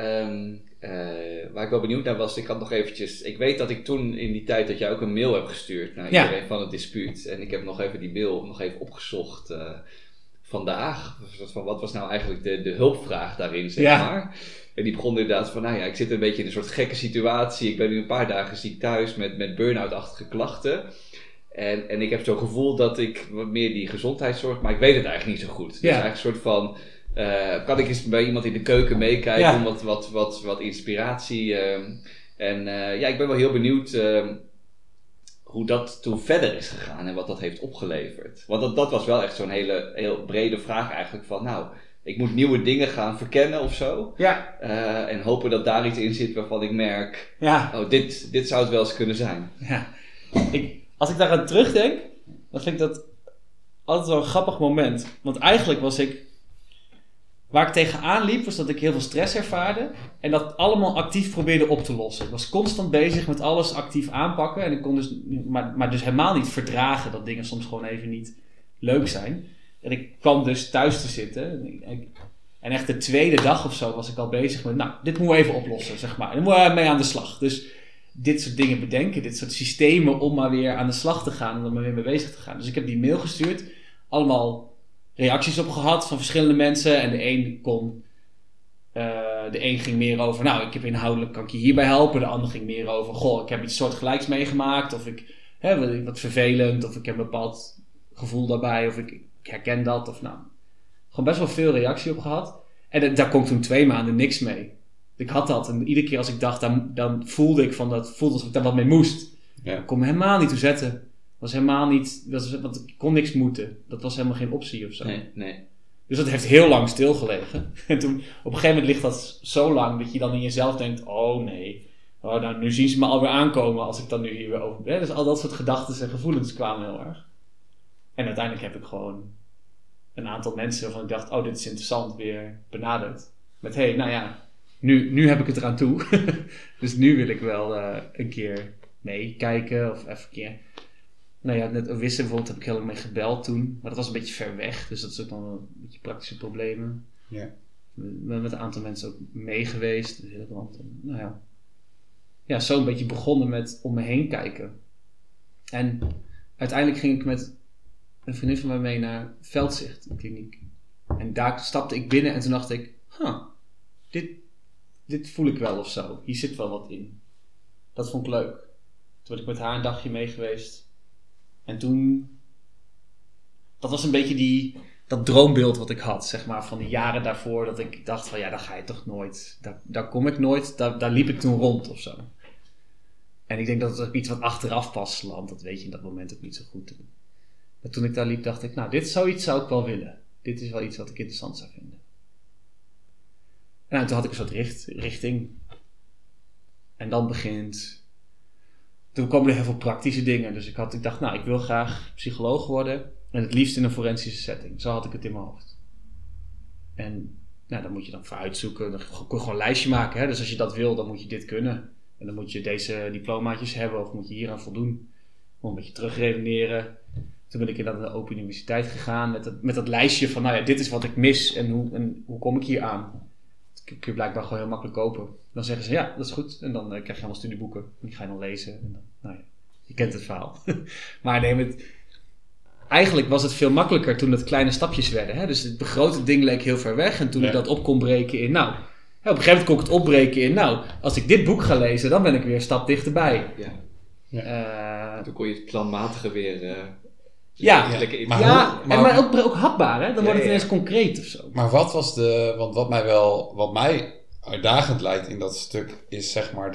waar ik wel benieuwd naar was... Ik had nog eventjes... Ik weet dat ik toen in die tijd... dat jij ook een mail hebt gestuurd... naar iedereen van het dispuut. En ik heb nog even die mail nog even opgezocht... vandaag. Van wat was nou eigenlijk de hulpvraag daarin, zeg maar. En die begon inderdaad van... ik zit een beetje in een soort gekke situatie. Ik ben nu een paar dagen ziek thuis... met burn-out-achtige klachten... En ik heb zo'n gevoel dat ik wat meer die gezondheidszorg... Maar ik weet het eigenlijk niet zo goed. Dus eigenlijk een soort van... kan ik eens bij iemand in de keuken meekijken... om wat inspiratie... ik ben wel heel benieuwd... hoe dat toen verder is gegaan... en wat dat heeft opgeleverd. Want dat was wel echt zo'n heel brede vraag eigenlijk van... ik moet nieuwe dingen gaan verkennen of zo. Ja. En hopen dat daar iets in zit waarvan ik merk... dit zou het wel eens kunnen zijn. Ja. Als ik daaraan terugdenk, dan vind ik dat altijd wel een grappig moment. Want eigenlijk waar ik tegenaan liep, was dat ik heel veel stress ervaarde. En dat allemaal actief probeerde op te lossen. Ik was constant bezig met alles actief aanpakken. En ik kon dus, maar dus helemaal niet verdragen dat dingen soms gewoon even niet leuk zijn. En ik kwam dus thuis te zitten. En echt de tweede dag of zo was ik al bezig met, nou, dit moeten we even oplossen, zeg maar. En dan moeten we mee aan de slag. Dus dit soort dingen bedenken, dit soort systemen om maar weer aan de slag te gaan. Om er maar weer mee bezig te gaan. Dus ik heb die mail gestuurd. Allemaal reacties op gehad van verschillende mensen. En de een ging meer over, nou, ik heb inhoudelijk, kan ik je hierbij helpen. De ander ging meer over, goh, ik heb iets soortgelijks meegemaakt. Of wat vervelend. Of ik heb een bepaald gevoel daarbij. Of ik herken dat. Of nou, gewoon best wel veel reactie op gehad. En daar kon ik toen 2 maanden niks mee. Ik had dat. En iedere keer als ik dacht, dan voelde ik alsof ik daar wat mee moest. Ja. Ik kon me helemaal niet toe zetten. Was helemaal niet, want ik kon niks moeten. Dat was helemaal geen optie of zo. Nee. Dus dat heeft heel lang stilgelegen. En toen, op een gegeven moment ligt dat zo lang dat je dan in jezelf denkt, oh nee. Oh, nou, nu zien ze me alweer aankomen als ik dan nu hier weer over ben. Dus al dat soort gedachten en gevoelens kwamen heel erg. En uiteindelijk heb ik gewoon een aantal mensen waarvan ik dacht, oh, dit is interessant, weer benaderd. Met, hey, nou ja, nu heb ik het eraan toe. Dus nu wil ik wel een keer meekijken of even een keer. Nou ja, net Wissen bijvoorbeeld heb ik heel lang mee gebeld toen. Maar dat was een beetje ver weg. Dus dat is ook dan een beetje praktische problemen. Ja. Met een aantal mensen ook mee geweest. Dus nou ja. Ja, zo een beetje begonnen met om me heen kijken. En uiteindelijk ging ik met een vriendin van mij mee naar Veldzicht, de kliniek. En daar stapte ik binnen en toen dacht ik, dit voel ik wel of zo. Hier zit wel wat in. Dat vond ik leuk. Toen ben ik met haar een dagje mee geweest. En toen, dat was een beetje dat droombeeld wat ik had, zeg maar, van de jaren daarvoor. Dat ik dacht van, ja, daar ga je toch nooit. Daar kom ik nooit. Daar liep ik toen rond of zo. En ik denk dat het ook iets wat achteraf pas landt. Dat weet je in dat moment ook niet zo goed. Maar toen ik daar liep, dacht ik, nou, dit zou ik wel willen. Dit is wel iets wat ik interessant zou vinden. En nou, toen had ik een soort richting. En dan toen kwamen er heel veel praktische dingen. Dus ik dacht, nou, ik wil graag psycholoog worden. En het liefst in een forensische setting. Zo had ik het in mijn hoofd. En nou, dan moet je dan voor uitzoeken. Dan kun je gewoon een lijstje maken. Hè? Dus als je dat wil, dan moet je dit kunnen. En dan moet je deze diplomaatjes hebben. Of moet je hier aan voldoen. Om een beetje terugredeneren. Toen ben ik naar de Open Universiteit gegaan. Met dat lijstje van, nou ja, dit is wat ik mis. En hoe kom ik hier aan? Dat kun je blijkbaar gewoon heel makkelijk kopen. Dan zeggen ze, ja, dat is goed. En dan krijg je allemaal studieboeken. En die ga je dan lezen. En dan, nou ja, je kent het verhaal. Maar nee, eigenlijk was het veel makkelijker toen het kleine stapjes werden. Hè? Dus het begrote ding leek heel ver weg. En toen ik dat op kon breken in, nou, op een gegeven moment kon ik het opbreken in, nou, als ik dit boek ga lezen, dan ben ik weer een stap dichterbij. Ja. Toen kon je het planmatige weer... maar ook hapbaar, hè? Dan wordt het ineens concreet of zo. Maar wat was want wat mij uitdagend lijkt in dat stuk is, zeg maar,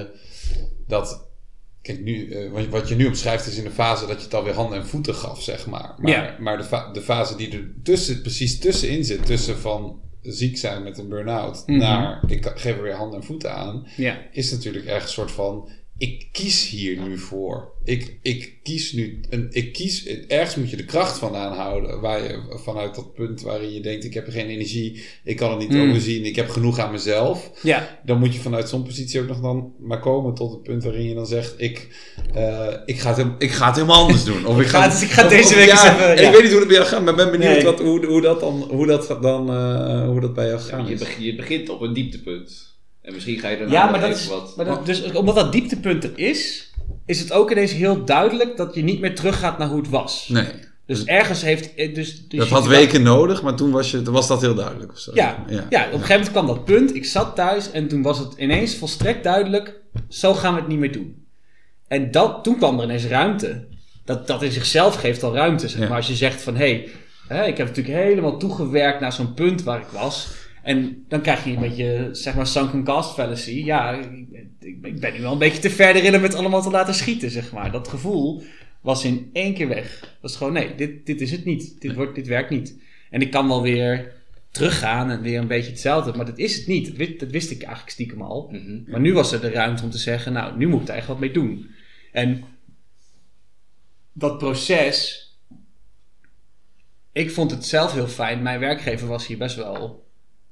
kijk, nu, wat je nu omschrijft is in de fase dat je het alweer handen en voeten gaf, zeg maar. Maar de fase die er precies tussenin zit, tussen van ziek zijn met een burn-out naar ik geef er weer handen en voeten aan, is natuurlijk echt een soort van, ik kies hier nu voor. Ik kies, ergens moet je de kracht vandaan houden, waar je vanuit dat punt waarin je denkt, ik heb geen energie, ik kan het niet overzien, ik heb genoeg aan mezelf. Ja. Dan moet je vanuit zo'n positie ook nog dan maar komen tot het punt waarin je dan zegt, ik ga het helemaal anders doen. Of ik ga deze week eens even... Ik weet niet hoe dat bij jou gaat, maar ben benieuwd hoe dat bij jou gaat. Je begint op een dieptepunt. En misschien ga je daarna dus omdat dat dieptepunt er is het ook ineens heel duidelijk dat je niet meer teruggaat naar hoe het was. Nee. Dus ergens heeft... dat had weken nodig, maar toen was dat heel duidelijk. Of zo. Ja, op een gegeven moment kwam dat punt. Ik zat thuis en toen was het ineens volstrekt duidelijk, zo gaan we het niet meer doen. En toen kwam er ineens ruimte. Dat in zichzelf geeft al ruimte. Zeg maar. Als je zegt van, ik heb natuurlijk helemaal toegewerkt naar zo'n punt waar ik was. En dan krijg je een beetje, zeg maar, sunken cost fallacy. Ja, ik ben nu wel een beetje te ver erin om het allemaal te laten schieten, zeg maar. Dat gevoel was in 1 keer weg. Dat was gewoon, nee, dit is het niet. Dit werkt niet. En ik kan wel weer teruggaan en weer een beetje hetzelfde. Maar dat is het niet. Dat wist ik eigenlijk stiekem al. Mm-hmm. Maar nu was er de ruimte om te zeggen, nou, nu moet ik er eigenlijk wat mee doen. En dat proces... Ik vond het zelf heel fijn. Mijn werkgever was hier best wel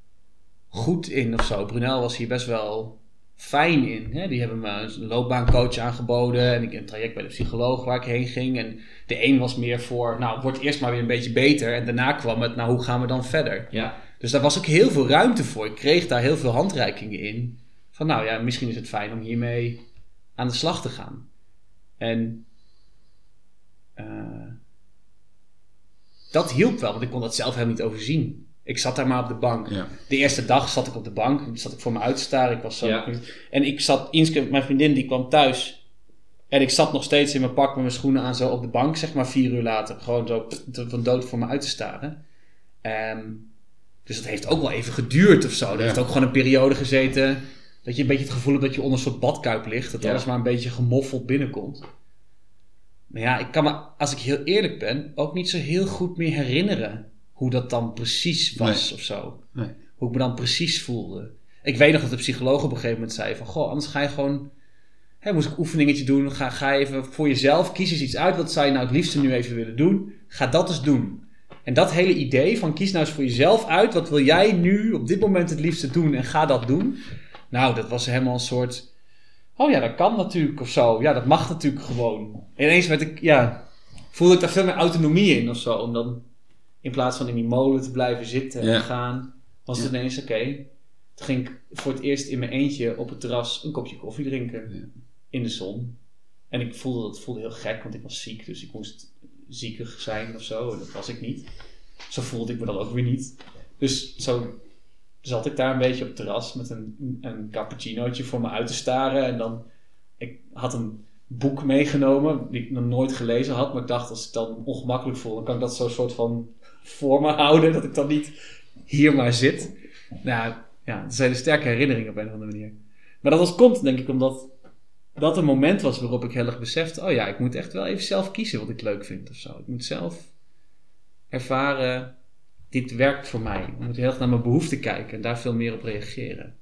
goed in of zo. Brunel was hier best wel fijn in. Hè? Die hebben me een loopbaancoach aangeboden en een traject bij de psycholoog waar ik heen ging. En de een was meer voor, nou, het wordt eerst maar weer een beetje beter. En daarna kwam het, nou, hoe gaan we dan verder? Ja. Dus daar was ook heel veel ruimte voor. Ik kreeg daar heel veel handreikingen in. Van, nou ja, misschien is het fijn om hiermee aan de slag te gaan. En dat hielp wel, want ik kon dat zelf helemaal niet overzien. Ik zat daar maar op de bank. Ja. De eerste dag zat ik op de bank. Zat ik voor me uit te staren. Ik was zo... Ja. En ik zat... Inske, mijn vriendin, die kwam thuis. En ik zat nog steeds in mijn pak met mijn schoenen aan zo op de bank. Zeg maar 4 uur later. Gewoon zo van dood voor me uit te staren. Dus dat heeft ook wel even geduurd of zo. Er heeft ook gewoon een periode gezeten... dat je een beetje het gevoel hebt dat je onder een soort badkuip ligt. Dat alles maar een beetje gemoffeld binnenkomt. Maar ja, ik kan me, als ik heel eerlijk ben... ook niet zo heel goed meer herinneren... hoe dat dan precies was of zo. Nee. Hoe ik me dan precies voelde. Ik weet nog dat de psycholoog op een gegeven moment zei van... goh, anders ga je gewoon... moest ik een oefeningetje doen. Ga even voor jezelf, kies eens iets uit. Wat zou je nou het liefste nu even willen doen? Ga dat eens doen. En dat hele idee van kies nou eens voor jezelf uit. Wat wil jij nu op dit moment het liefste doen? En ga dat doen. Nou, dat was helemaal een soort... oh ja, dat kan natuurlijk of zo. Ja, dat mag natuurlijk gewoon. En ineens voelde ik daar veel meer autonomie in of zo. Om dan... in plaats van in die molen te blijven zitten en gaan, was het ineens oké. Toen ging ik voor het eerst in mijn eentje op het terras een kopje koffie drinken. In de zon. En ik voelde heel gek, want ik was ziek. Dus ik moest ziekig zijn of zo. En dat was ik niet. Zo voelde ik me dan ook weer niet. Dus zo zat ik daar een beetje op het terras met een cappuccinootje voor me uit te staren. En dan, ik had een boek meegenomen die ik nog nooit gelezen had. Maar ik dacht, als ik dan ongemakkelijk voel, dan kan ik dat zo'n soort van... voor me houden, dat ik dan niet hier maar zit. Nou ja, het zijn hele sterke herinneringen op een of andere manier. Maar dat komt denk ik omdat dat een moment was waarop ik heel erg besefte, oh ja, ik moet echt wel even zelf kiezen wat ik leuk vind of zo. Ik moet zelf ervaren, dit werkt voor mij. Ik moet heel erg naar mijn behoeften kijken en daar veel meer op reageren.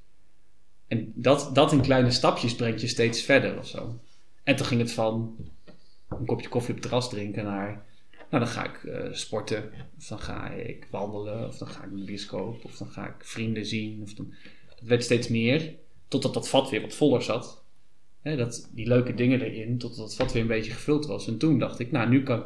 En dat in kleine stapjes brengt je steeds verder of zo. En toen ging het van een kopje koffie op het terras drinken naar... nou, dan ga ik sporten, of dan ga ik wandelen, of dan ga ik naar de bioscoop, of dan ga ik vrienden zien. Dat werd steeds meer, totdat dat vat weer wat voller zat. Die leuke dingen erin, totdat dat vat weer een beetje gevuld was. En toen dacht ik, nou,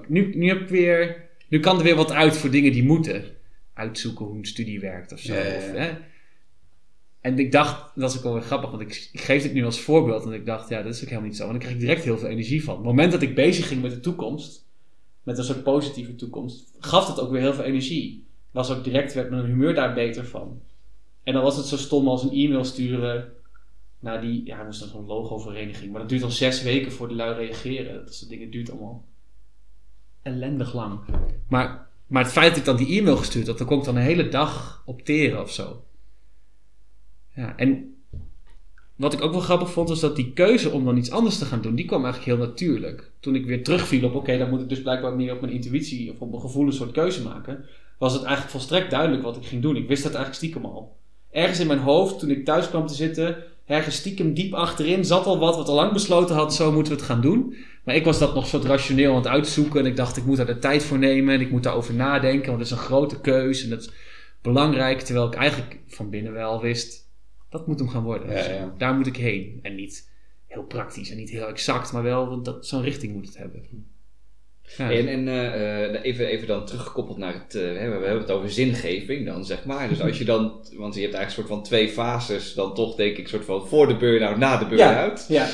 nu kan er weer wat uit voor dingen die moeten. Uitzoeken hoe een studie werkt of zo. Ja. En ik dacht, dat is ook wel weer grappig, want ik geef dit nu als voorbeeld. En ik dacht, ja, dat is ook helemaal niet zo. Want dan kreeg ik direct heel veel energie van. Op het moment dat ik bezig ging met de toekomst... met een soort positieve toekomst, gaf dat ook weer heel veel energie. Werd mijn humeur daar beter van. En dan was het zo stom als een e-mail sturen naar dat moest dan zo'n logo-vereniging. Maar dat duurt al 6 weken voor de lui reageren. Dat soort dingen duurt allemaal ellendig lang. Maar het feit dat ik dan die e-mail gestuurd had, dan kon ik dan een hele dag opteren of zo. Ja, en wat ik ook wel grappig vond, was dat die keuze om dan iets anders te gaan doen, die kwam eigenlijk heel natuurlijk. Toen ik weer terugviel op, dan moet ik dus blijkbaar meer op mijn intuïtie of op mijn gevoel een soort keuze maken, was het eigenlijk volstrekt duidelijk wat ik ging doen. Ik wist dat eigenlijk stiekem al. Ergens in mijn hoofd, toen ik thuis kwam te zitten, ergens stiekem diep achterin, zat al wat al lang besloten had, zo moeten we het gaan doen. Maar ik was dat nog soort rationeel aan het uitzoeken en ik dacht, ik moet daar de tijd voor nemen en ik moet daarover nadenken, want dat is een grote keuze en dat is belangrijk, terwijl ik eigenlijk van binnen wel wist... dat moet hem gaan worden. Ja. Daar moet ik heen. En niet heel praktisch en niet heel exact, maar wel zo'n richting moet het hebben. Ja. En even dan teruggekoppeld naar het... we hebben het over zingeving dan, zeg maar. Dus als je dan... want je hebt eigenlijk een soort van 2 fases... dan toch denk ik soort van voor de burn-out, na de burn-out. Ja.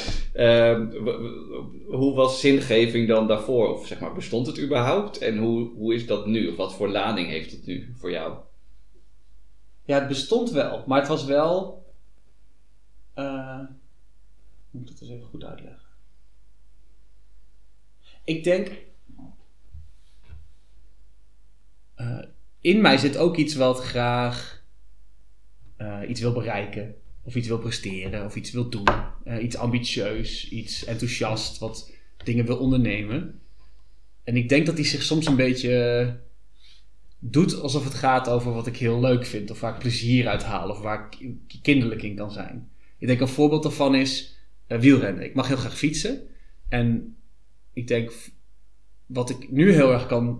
Hoe was zingeving dan daarvoor? Of zeg maar, bestond het überhaupt? En hoe is dat nu? Of wat voor lading heeft het nu voor jou? Ja, het bestond wel. Maar het was wel... moet ik dat eens even goed uitleggen. Ik denk... in mij zit ook iets wat graag iets wil bereiken. Of iets wil presteren. Of iets wil doen. Iets ambitieus. Iets enthousiast. Wat dingen wil ondernemen. En ik denk dat die zich soms een beetje... doet alsof het gaat over wat ik heel leuk vind. Of waar ik plezier uit haal. Of waar ik kinderlijk in kan zijn. Ik denk een voorbeeld daarvan is wielrennen. Ik mag heel graag fietsen. En ik denk, wat ik nu heel erg kan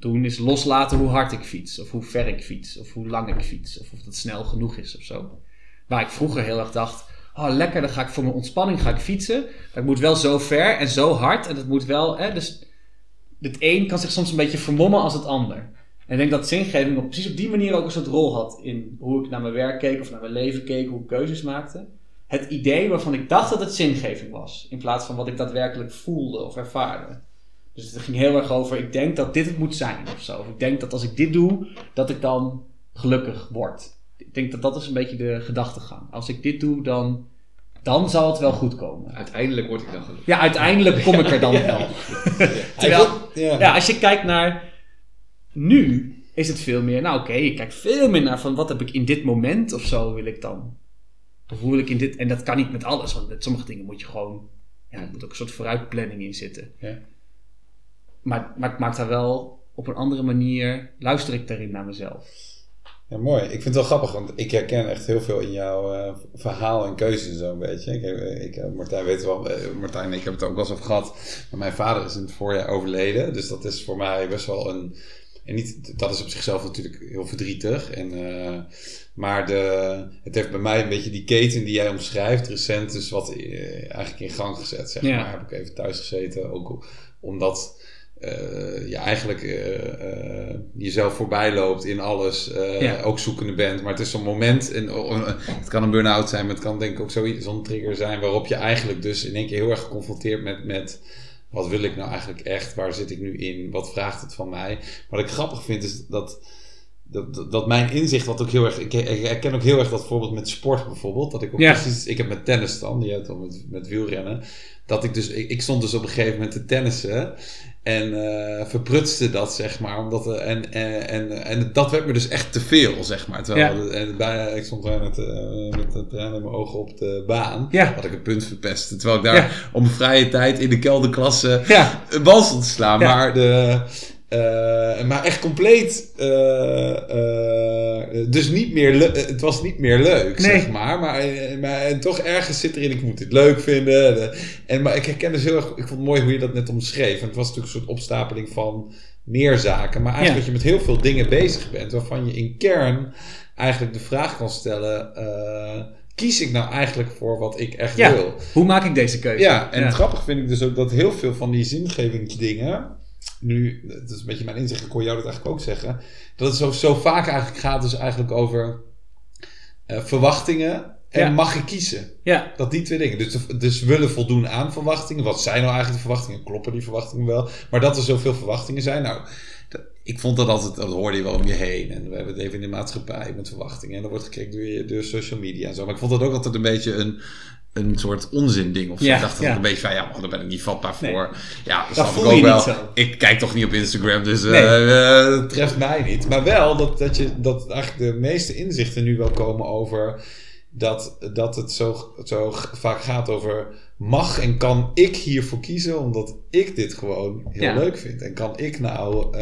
doen is loslaten hoe hard ik fiets. Of hoe ver ik fiets. Of hoe lang ik fiets. Of dat snel genoeg is of zo. Waar ik vroeger heel erg dacht... lekker, dan ga ik voor mijn ontspanning fietsen. Maar ik moet wel zo ver en zo hard. En het moet wel... dus het een kan zich soms een beetje vermommen als het ander. En ik denk dat zingeving precies op die manier ook een soort rol had... in hoe ik naar mijn werk keek of naar mijn leven keek. Hoe ik keuzes maakte. Het idee waarvan ik dacht dat het zingeving was. In plaats van wat ik daadwerkelijk voelde of ervaarde. Dus het ging heel erg over... ik denk dat dit het moet zijn of zo. Of ik denk dat als ik dit doe... dat ik dan gelukkig word. Ik denk dat is een beetje de gedachtegang. Als ik dit doe, dan zal het wel goed komen. Uiteindelijk word ik dan gelukkig. Ja, uiteindelijk kom ik er dan wel. Terwijl, als je kijkt naar nu, is het veel meer... ik kijk veel meer naar van wat heb ik in dit moment of zo wil ik dan. Of hoe wil ik in dit... En dat kan niet met alles, want met sommige dingen moet je gewoon... er moet ook een soort vooruitplanning in zitten. Ja. Maar ik maak daar wel op een andere manier... luister ik daarin naar mezelf. Ja, mooi. Ik vind het wel grappig, want ik herken echt heel veel in jouw verhaal en keuzes zo'n beetje. Martijn weet wel, Martijn en ik hebben het er ook wel eens over gehad. Maar mijn vader is in het voorjaar overleden, dus dat is voor mij best wel een... En niet, dat is op zichzelf natuurlijk heel verdrietig. Maar het heeft bij mij een beetje die keten die jij omschrijft, recent dus wat eigenlijk in gang gezet. Zeg maar. Heb ik even thuis gezeten, ook omdat... je eigenlijk jezelf voorbij loopt in alles, ook zoekende bent. Maar het is zo'n moment, het kan een burn-out zijn, maar het kan denk ik ook zo'n trigger zijn waarop je eigenlijk dus in één keer heel erg geconfronteerd met wat wil ik nou eigenlijk echt, waar zit ik nu in, wat vraagt het van mij. Wat ik grappig vind is dat mijn inzicht, wat ook heel erg, ik herken ook heel erg dat voorbeeld met sport bijvoorbeeld, dat ik ook precies, ik heb met tennis dan, die hebt dan met wielrennen, dat ik stond dus op een gegeven moment te tennissen en verprutste dat, zeg maar, omdat en dat werd me dus echt te veel, zeg maar. Terwijl ik stond met de tranen in mijn ogen op de baan, had ik een punt verpest, terwijl ik daar om mijn vrije tijd in de kelderklasse een bal stond te slaan, maar echt compleet dus niet meer het was niet meer leuk, zeg maar en toch ergens zit erin, ik moet dit leuk vinden maar ik herken dus heel erg, ik vond het mooi hoe je dat net omschreef, en het was natuurlijk een soort opstapeling van meer zaken, maar eigenlijk dat je met heel veel dingen bezig bent waarvan je in kern eigenlijk de vraag kan stellen, kies ik nou eigenlijk voor wat ik echt wil? Hoe maak ik deze keuze? Het grappig vind ik dus ook dat heel veel van die zingevingsdingen, nu, dat is een beetje mijn inzicht, ik hoor jou dat eigenlijk ook zeggen, dat het zo vaak eigenlijk gaat dus eigenlijk over verwachtingen en mag ik kiezen. Ja. Dat die twee dingen. Dus willen voldoen aan verwachtingen. Wat zijn nou eigenlijk de verwachtingen? Kloppen die verwachtingen wel? Maar dat er zoveel verwachtingen zijn. Nou, ik vond dat altijd, dat hoorde je wel om je heen. En we hebben het even in de maatschappij met verwachtingen. En dat wordt gekeken door social media en zo. Maar ik vond dat ook altijd een beetje een soort onzin ding of zo. Ik dacht dat een beetje van, daar ben ik niet vatbaar voor. Nee. Ja, dat snap ik ook wel. Ik kijk toch niet op Instagram, dus het treft mij niet. Maar wel dat eigenlijk de meeste inzichten nu wel komen over dat het zo vaak gaat over mag en kan ik hiervoor kiezen omdat ik dit gewoon heel leuk vind. En kan ik nou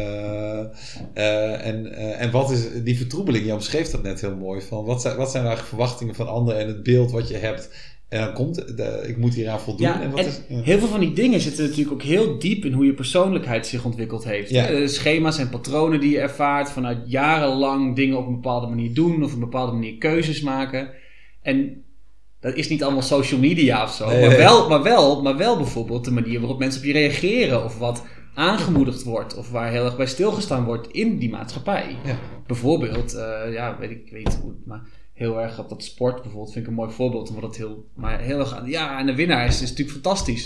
en wat is die vertroebeling? Je omschreef dat net heel mooi van wat zijn eigenlijk verwachtingen van anderen en het beeld wat je hebt. En dan komt, ik moet hieraan voldoen. Ja, heel veel van die dingen zitten natuurlijk ook heel diep in hoe je persoonlijkheid zich ontwikkeld heeft. Ja. Schema's en patronen die je ervaart vanuit jarenlang dingen op een bepaalde manier doen of op een bepaalde manier keuzes maken. En dat is niet allemaal social media of zo. Nee, maar wel bijvoorbeeld de manier waarop mensen op je reageren of wat aangemoedigd wordt of waar heel erg bij stilgestaan wordt in die maatschappij. Ja. Bijvoorbeeld, weet niet hoe het, maar heel erg op dat sport bijvoorbeeld vind ik een mooi voorbeeld, omdat het heel erg en de winnaar is natuurlijk fantastisch.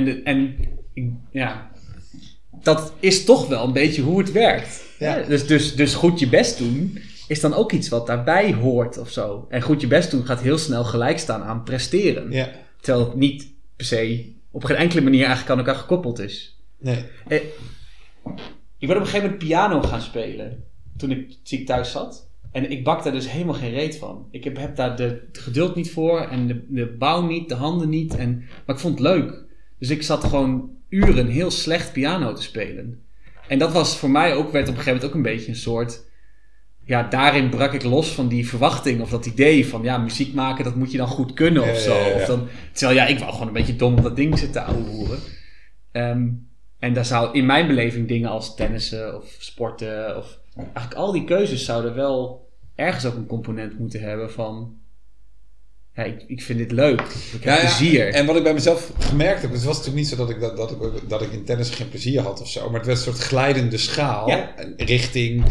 Dat is toch wel een beetje hoe het werkt. Ja. Dus goed je best doen is dan ook iets wat daarbij hoort of zo. En goed je best doen gaat heel snel gelijk staan aan presteren. Ja. Terwijl het niet per se op geen enkele manier eigenlijk aan elkaar gekoppeld is. Nee. Ik ben op een gegeven moment piano gaan spelen toen ik ziek thuis zat. En ik bak daar dus helemaal geen reet van. Ik heb daar de geduld niet voor en de bouw niet, de handen niet. Maar ik vond het leuk. Dus ik zat gewoon uren heel slecht piano te spelen. En dat was voor mij ook, werd op een gegeven moment ook een beetje een soort... Ja, daarin brak ik los van die verwachting of dat idee van muziek maken, dat moet je dan goed kunnen of zo. Ja. Of dan, terwijl ik wou gewoon een beetje dom op dat ding zitten ouwehoeren. En daar zou in mijn beleving dingen als tennissen of sporten of eigenlijk al die keuzes zouden wel ergens ook een component moeten hebben van ja, ik vind dit leuk. Ik heb plezier. En wat ik bij mezelf gemerkt heb, het was natuurlijk niet zo dat ik in tennis geen plezier had of zo, maar het werd een soort glijdende schaal richting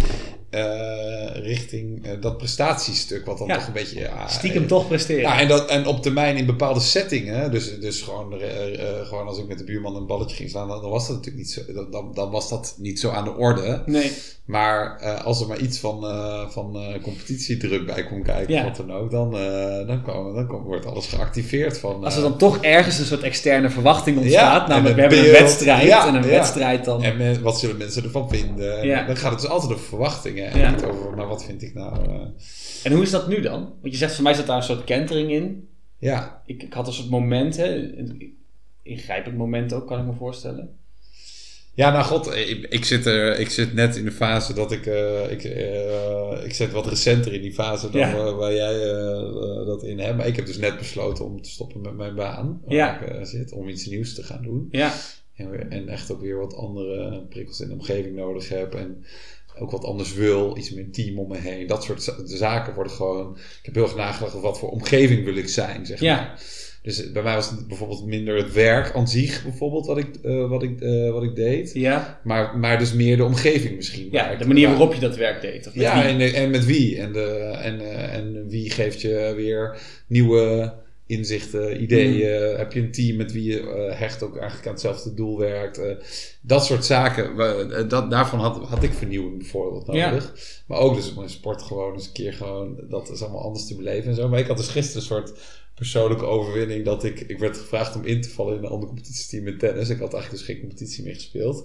dat prestatiestuk, wat dan toch een beetje... stiekem toch presteren. Ja, en op termijn in bepaalde settingen, dus gewoon als ik met de buurman een balletje ging slaan, dan was dat natuurlijk niet zo, dan was dat niet zo aan de orde. Nee. Maar als er maar iets van competitiedruk bij kon kijken, wat dan ook, dan wordt alles geactiveerd. Als er dan toch ergens een soort externe verwachting ontstaat, namelijk we hebben een wedstrijd en een wedstrijd dan... En wat zullen mensen ervan vinden? En dan gaat het dus altijd over verwachtingen en niet over, maar wat vind ik nou... En hoe is dat nu dan? Want je zegt, voor mij zat daar een soort kentering in. Ja. Ik had een soort momenten, ingrijpend moment ook, kan ik me voorstellen. Ja, nou god, ik zit net in de fase dat ik zit wat recenter in die fase dan waar jij dat in hebt. Maar ik heb dus net besloten om te stoppen met mijn baan waar ik zit, om iets nieuws te gaan doen. Ja. En echt ook weer wat andere prikkels in de omgeving nodig heb en ook wat anders wil, iets meer team om me heen. Dat soort zaken worden gewoon... Ik heb heel erg nagedacht over wat voor omgeving wil ik zijn, zeg maar. Dus bij mij was het bijvoorbeeld minder het werk aan zich, bijvoorbeeld, wat ik deed. Ja. Maar dus meer de omgeving misschien. Ja, de manier waarop je dat werk deed. Of met wie. En met wie. En wie geeft je weer nieuwe inzichten, ideeën. Heb je een team met wie je hecht ook eigenlijk aan hetzelfde doel werkt. Dat soort zaken. Daarvan had ik vernieuwing bijvoorbeeld nodig. Maar ook dus mijn sport gewoon eens een keer dat is allemaal anders te beleven en zo. Maar ik had dus gisteren een soort persoonlijke overwinning dat ik werd gevraagd om in te vallen in een ander competitieteam in tennis. Ik had eigenlijk dus geen competitie meer gespeeld.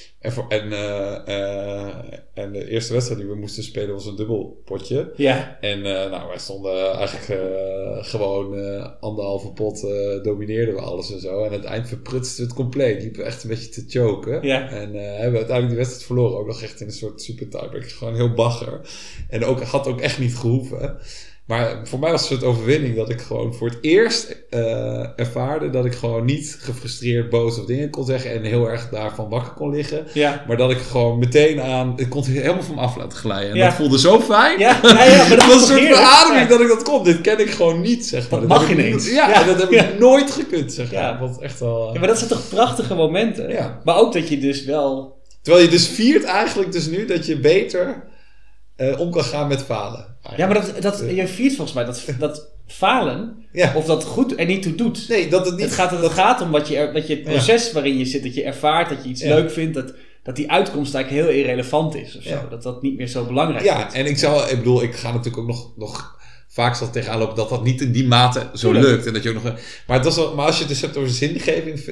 En de eerste wedstrijd die we moesten spelen was een dubbelpotje. Ja. En wij stonden eigenlijk gewoon 1,5 pot domineerden we alles en zo. En aan het eind verprutsten we het compleet. Liepen we echt een beetje te choken. Ja. En hebben we uiteindelijk die wedstrijd verloren. Ook nog echt in een soort super tiebreak. Gewoon heel bagger. En had ook echt niet gehoeven. Maar voor mij was het een soort overwinning dat ik gewoon voor het eerst ervaarde dat ik gewoon niet gefrustreerd boos of dingen kon zeggen en heel erg daarvan wakker kon liggen. Ja. Maar dat ik gewoon meteen ik kon het helemaal van me af laten glijden. En dat voelde zo fijn. Ja, maar dat was een soort verademing dat ik dat kon. Dit ken ik gewoon niet, zeg maar. Dat mag ineens. En dat heb ik nooit gekund, zeg maar. Ja. Want echt wel, maar dat zijn toch prachtige momenten? Ja. Maar ook dat je dus wel... Terwijl je dus viert eigenlijk dus nu dat je beter om kan gaan met falen. Eigenlijk. Ja, maar je viert volgens mij dat falen, of dat goed er niet toe doet. Nee, dat het niet... Het gaat om dat je het proces waarin je zit, dat je ervaart, dat je iets leuk vindt, dat die uitkomst eigenlijk heel irrelevant is of zo. Dat niet meer zo belangrijk is. Ja, en ik ga natuurlijk ook nog vaak zal tegenaan lopen dat niet in die mate zo lukt. En dat je ook nog... Maar als je het dus hebt over zingeving,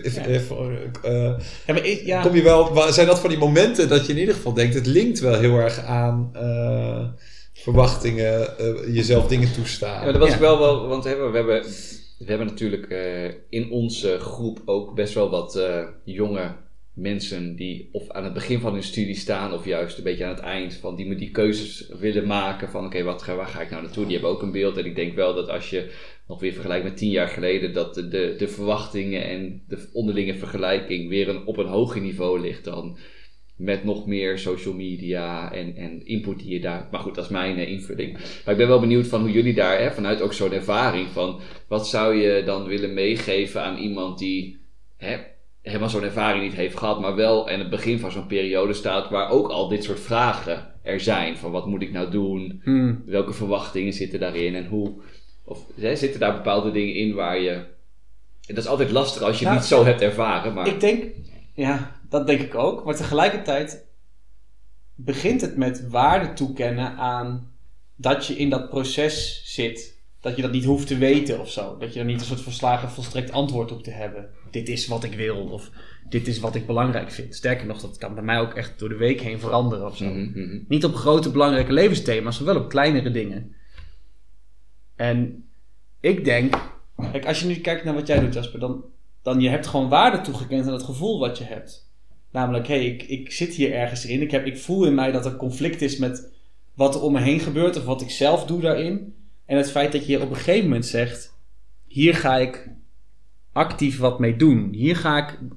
kom je wel... Zijn dat van die momenten dat je in ieder geval denkt, het linkt wel heel erg aan verwachtingen, jezelf dingen toestaan. Ja, dat was ik wel, want we hebben natuurlijk in onze groep ook best wel wat jonge mensen die of aan het begin van hun studie staan of juist een beetje aan het eind van die keuzes willen maken van oké, waar ga ik nou naartoe? Die hebben ook een beeld en ik denk wel dat als je nog weer vergelijkt met 10 jaar geleden dat de verwachtingen en de onderlinge vergelijking weer op een hoger niveau ligt dan met nog meer social media en input die je daar... Maar goed, dat is mijn invulling. Maar ik ben wel benieuwd van hoe jullie daar, vanuit ook zo'n ervaring van... Wat zou je dan willen meegeven aan iemand die helemaal zo'n ervaring niet heeft gehad... maar wel aan het begin van zo'n periode staat... waar ook al dit soort vragen er zijn. Van wat moet ik nou doen? Welke verwachtingen zitten daarin? En hoe... Of zitten daar bepaalde dingen in waar je... En dat is altijd lastig als je het niet zo hebt ervaren, maar... Ik denk... Ja, dat denk ik ook. Maar tegelijkertijd begint het met waarde toekennen aan dat je in dat proces zit. Dat je dat niet hoeft te weten of zo. Dat je er niet een soort verslagen volstrekt antwoord op te hebben. Dit is wat ik wil of dit is wat ik belangrijk vind. Sterker nog, dat kan bij mij ook echt door de week heen veranderen of zo. Mm-hmm. Niet op grote belangrijke levensthema's, maar wel op kleinere dingen. En ik denk, kijk, als je nu kijkt naar wat jij doet, Jasper, dan je hebt gewoon waarde toegekend aan het gevoel wat je hebt. Namelijk, ik zit hier ergens in. Ik voel in mij dat er conflict is met wat er om me heen gebeurt of wat ik zelf doe daarin. En het feit dat je op een gegeven moment zegt, hier ga ik actief wat mee doen. Hier ga ik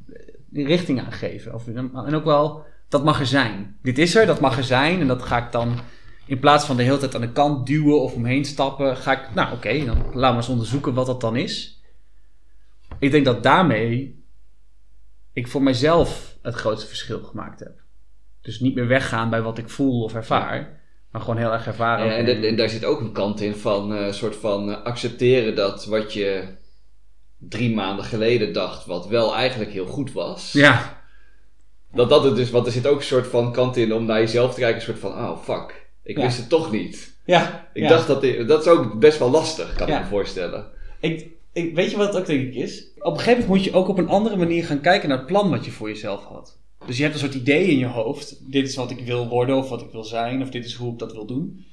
richting aan geven. En ook wel, dat mag er zijn. Dit is er, dat mag er zijn. En dat ga ik dan, in plaats van de hele tijd aan de kant duwen of omheen stappen, ga ik, dan laten we eens onderzoeken wat dat dan is. Ik denk dat daarmee ik voor mijzelf het grootste verschil gemaakt heb. Dus niet meer weggaan bij wat ik voel of ervaar, maar gewoon heel erg ervaren. En daar zit ook een kant in van soort van accepteren dat wat je 3 maanden geleden dacht, wat wel eigenlijk heel goed was. Ja. Dat het dus, want er zit ook een soort van kant in om naar jezelf te kijken, een soort van, oh fuck, ik wist het toch niet. Ja. Ik dacht dat is ook best wel lastig, kan ik me voorstellen. Weet je wat het ook denk ik is? Op een gegeven moment moet je ook op een andere manier gaan kijken naar het plan wat je voor jezelf had. Dus je hebt een soort idee in je hoofd. Dit is wat ik wil worden of wat ik wil zijn. Of dit is hoe ik dat wil doen.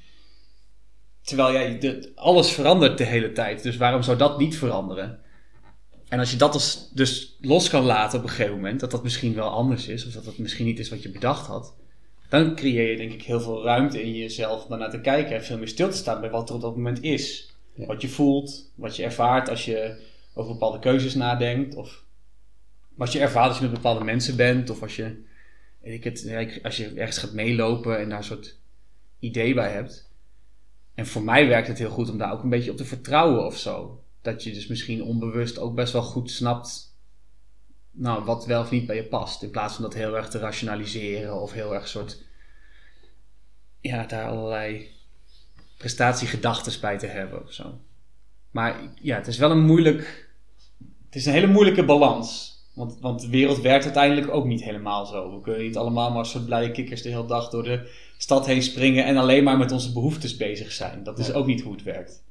Terwijl alles verandert de hele tijd. Dus waarom zou dat niet veranderen? En als je dat dus los kan laten op een gegeven moment. Dat misschien wel anders is. Of dat het misschien niet is wat je bedacht had. Dan creëer je denk ik heel veel ruimte in jezelf om daarnaar te kijken. En veel meer stil te staan bij wat er op dat moment is. Ja. Wat je voelt. Wat je ervaart als je over bepaalde keuzes nadenkt. Of wat je ervaart als je met bepaalde mensen bent. Of als je ergens gaat meelopen en daar een soort idee bij hebt. En voor mij werkt het heel goed om daar ook een beetje op te vertrouwen of zo. Dat je dus misschien onbewust ook best wel goed snapt wat wel of niet bij je past. In plaats van dat heel erg te rationaliseren of heel erg soort daar allerlei prestatiegedachtes bij te hebben of zo. Maar ja, het is wel een hele moeilijke balans. Want de wereld werkt uiteindelijk ook niet helemaal zo. We kunnen niet allemaal maar als soort blije kikkers de hele dag door de stad heen springen en alleen maar met onze behoeftes bezig zijn. Dat is ook niet hoe het werkt.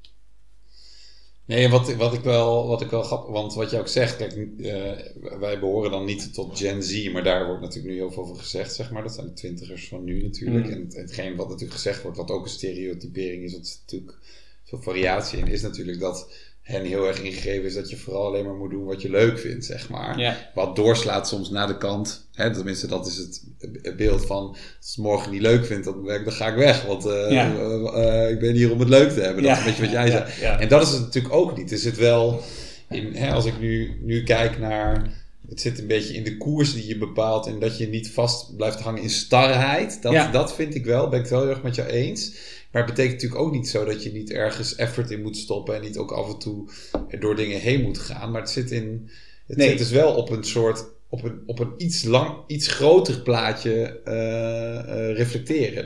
Nee, wat ik wel grappig, want wat je ook zegt, kijk, wij behoren dan niet tot Gen Z, maar daar wordt natuurlijk nu heel veel over gezegd, zeg maar. Dat zijn de twintigers van nu natuurlijk. En hetgeen wat natuurlijk gezegd wordt, wat ook een stereotypering is, wat er natuurlijk veel variatie in is natuurlijk, dat hen heel erg ingegeven is dat je vooral alleen maar moet doen wat je leuk vindt, zeg maar. Ja. Wat doorslaat soms naar de kant. Hè, tenminste, dat is het beeld van, als ik het morgen niet leuk vind, dan ga ik weg. Want ik ben hier om het leuk te hebben. Dat is een beetje wat jij zei. Ja. En dat is het natuurlijk ook niet. Er zit wel in, als ik nu kijk naar, het zit een beetje in de koers die je bepaalt en dat je niet vast blijft hangen in starheid. Dat vind ik wel, ben ik het wel heel erg met jou eens. Maar het betekent natuurlijk ook niet zo dat je niet ergens effort in moet stoppen en niet ook af en toe door dingen heen moet gaan. Maar het zit zit dus wel op een soort, op een iets groter plaatje reflecteren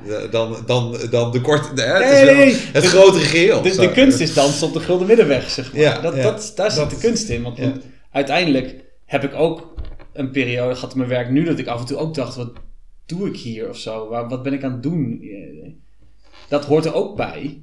dan de korte. Het grotere geheel. De kunst is dansen op de gulden middenweg, zeg maar. Ja, daar zit de kunst in. Want uiteindelijk heb ik ook een periode gehad in mijn werk nu dat ik af en toe ook dacht, wat doe ik hier of zo? Wat ben ik aan het doen? Dat hoort er ook bij.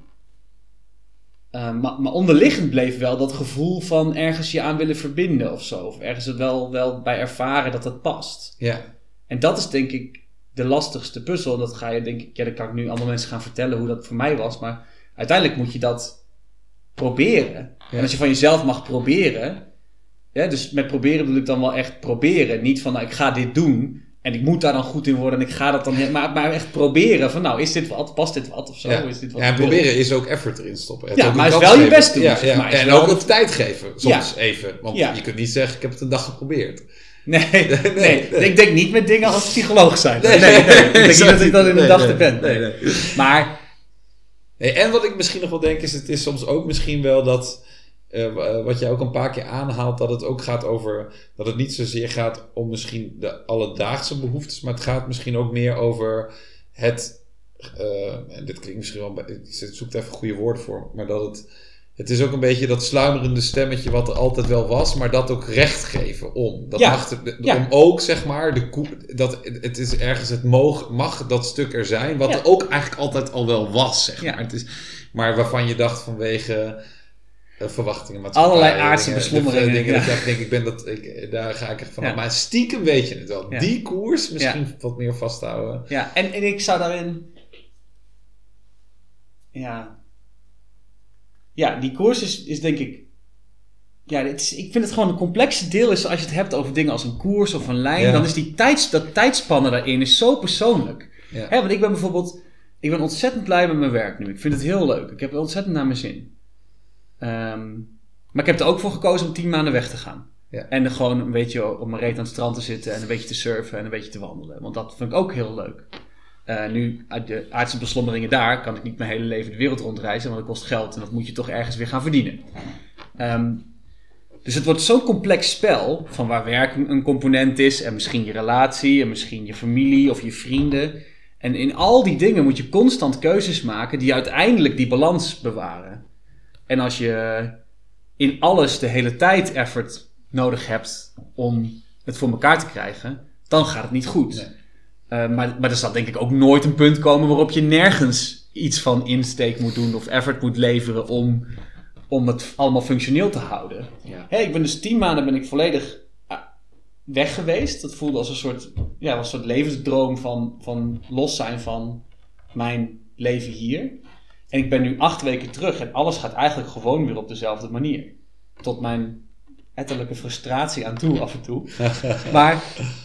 Maar onderliggend bleef wel dat gevoel van ergens je aan willen verbinden of zo. Of ergens het wel bij ervaren dat het past. Ja. En dat is denk ik de lastigste puzzel. En dat ga je denk ik, dat kan ik nu allemaal mensen gaan vertellen hoe dat voor mij was. Maar uiteindelijk moet je dat proberen. Ja. En als je van jezelf mag proberen. Ja, dus met proberen bedoel ik dan wel echt proberen. Niet van ik ga dit doen. En ik moet daar dan goed in worden en ik ga dat dan... Maar echt proberen van is dit wat? Past dit wat? Of zo? Is dit wat proberen is ook effort erin stoppen. Het maar is wel je best doen. En ook even tijd geven. Soms even. Want je kunt niet zeggen, ik heb het een dag geprobeerd. Nee. Ik denk niet met dingen als psycholoog zijn. Nee. Ik denk niet dat ik dat in een dag te ben. Nee. Maar... En wat ik misschien nog wel denk is, het is soms ook misschien wel dat... wat jij ook een paar keer aanhaalt, dat het ook gaat over, dat het niet zozeer gaat om misschien de alledaagse behoeftes, maar het gaat misschien ook meer over het, en dit klinkt misschien wel, ik zoek er even goede woorden voor, maar dat het is ook een beetje dat sluimerende stemmetje wat er altijd wel was, maar dat ook recht geven om. Dat om ook, zeg maar, dat het is ergens, het mag dat stuk er zijn, wat er ook eigenlijk altijd al wel was, zeg maar. Het is, maar waarvan je dacht vanwege... verwachtingen, maatschappij, allerlei aardse beslommeringen. Dingen dat ik daar ga ik echt van. Maar stiekem weet je het wel. Ja. Die koers misschien wat meer vasthouden. Ja, en ik zou daarin... Ja, die koers is denk ik... Ja, ik vind het gewoon een complexe deel is als je het hebt over dingen als een koers of een lijn. Dan is dat tijdspannen daarin is zo persoonlijk. Ja. Want ik ben bijvoorbeeld... Ik ben ontzettend blij met mijn werk nu. Ik vind het heel leuk. Ik heb het ontzettend naar mijn zin. Maar ik heb er ook voor gekozen om 10 maanden weg te gaan. Ja. En gewoon een beetje op mijn reet aan het strand te zitten en een beetje te surfen en een beetje te wandelen. Want dat vind ik ook heel leuk. Nu, uit de aardse beslommeringen daar, kan ik niet mijn hele leven de wereld rondreizen, want dat kost geld en dat moet je toch ergens weer gaan verdienen. Dus het wordt zo'n complex spel, van waar werk een component is en misschien je relatie en misschien je familie of je vrienden. En in al die dingen moet je constant keuzes maken die uiteindelijk die balans bewaren. En als je in alles de hele tijd effort nodig hebt om het voor elkaar te krijgen, dan gaat het niet goed. Nee. Maar er zal denk ik ook nooit een punt komen waarop je nergens iets van insteek moet doen of effort moet leveren om het allemaal functioneel te houden. Ja. Hey, ik ben dus 10 maanden volledig weg geweest. Dat voelde als een soort levensdroom van los zijn van mijn leven hier. En ik ben nu 8 weken terug en alles gaat eigenlijk gewoon weer op dezelfde manier. Tot mijn etterlijke frustratie aan toe af en toe. Maar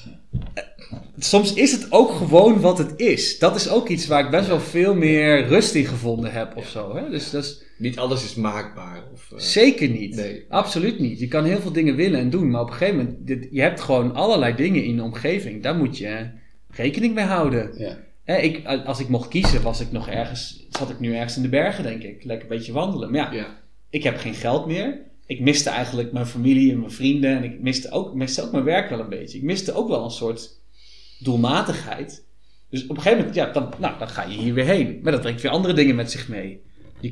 soms is het ook gewoon wat het is. Dat is ook iets waar ik best wel veel meer rust in gevonden heb of zo. Hè? Dus dat is... Niet alles is maakbaar. Zeker niet. Nee. Absoluut niet. Je kan heel veel dingen willen en doen. Maar op een gegeven moment, je hebt gewoon allerlei dingen in de omgeving. Daar moet je rekening mee houden. Ja. Als ik mocht kiezen, zat ik nu ergens in de bergen, denk ik. Lekker een beetje wandelen. Maar ja. Ik heb geen geld meer. Ik miste eigenlijk mijn familie en mijn vrienden. En ik miste ook mijn werk wel een beetje. Ik miste ook wel een soort doelmatigheid. Dus op een gegeven moment, dan ga je hier weer heen. Maar dat brengt weer andere dingen met zich mee.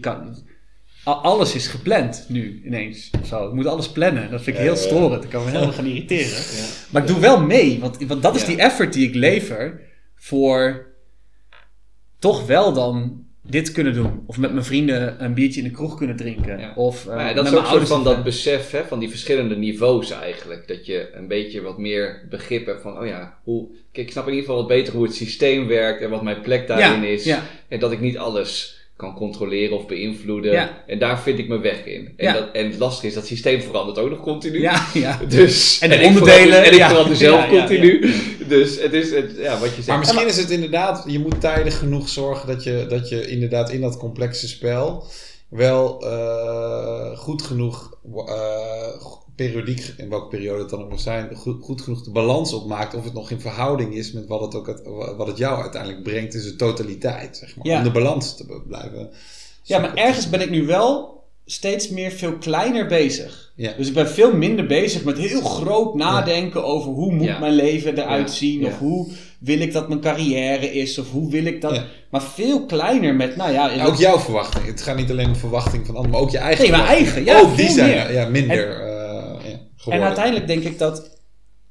Alles is gepland nu ineens. Zo. Ik moet alles plannen. Dat vind ik heel storend. Ik kan me helemaal gaan irriteren. Ja. Maar ik doe wel mee. Want dat is die effort die ik lever voor toch wel dan dit kunnen doen. Of met mijn vrienden een biertje in de kroeg kunnen drinken. Ja. Of dat is ook soort van dat besef, hè, van die verschillende niveaus eigenlijk. Dat je een beetje wat meer begrip hebt van, kijk, ik snap in ieder geval wat beter hoe het systeem werkt en wat mijn plek daarin is. Ja. En dat ik niet alles kan controleren of beïnvloeden. Ja. En daar vind ik mijn weg in. En het lastige is, dat systeem verandert ook nog continu. Ja. Dus, en de onderdelen. Ik verander zelf continu. Ja. Dus het is wat je zegt. Maar misschien is het inderdaad, je moet tijdig genoeg zorgen dat je inderdaad in dat complexe spel wel goed genoeg periodiek, in welke periode het dan ook mag zijn, goed genoeg de balans opmaakt of het nog in verhouding is met wat het jou uiteindelijk brengt in zijn totaliteit, zeg maar. Ja. Om de balans te blijven. Ja, maar ergens ben ik nu wel steeds meer veel kleiner bezig. Ja. Dus ik ben veel minder bezig met heel groot nadenken over hoe moet mijn leven eruit zien, of hoe wil ik dat mijn carrière is, of hoe wil ik dat... Ja. Maar veel kleiner met, ook jouw verwachting. Het gaat niet alleen om verwachting van anderen, maar ook je eigen mijn eigen. Ja, ook die zijn minder... En uiteindelijk denk ik dat...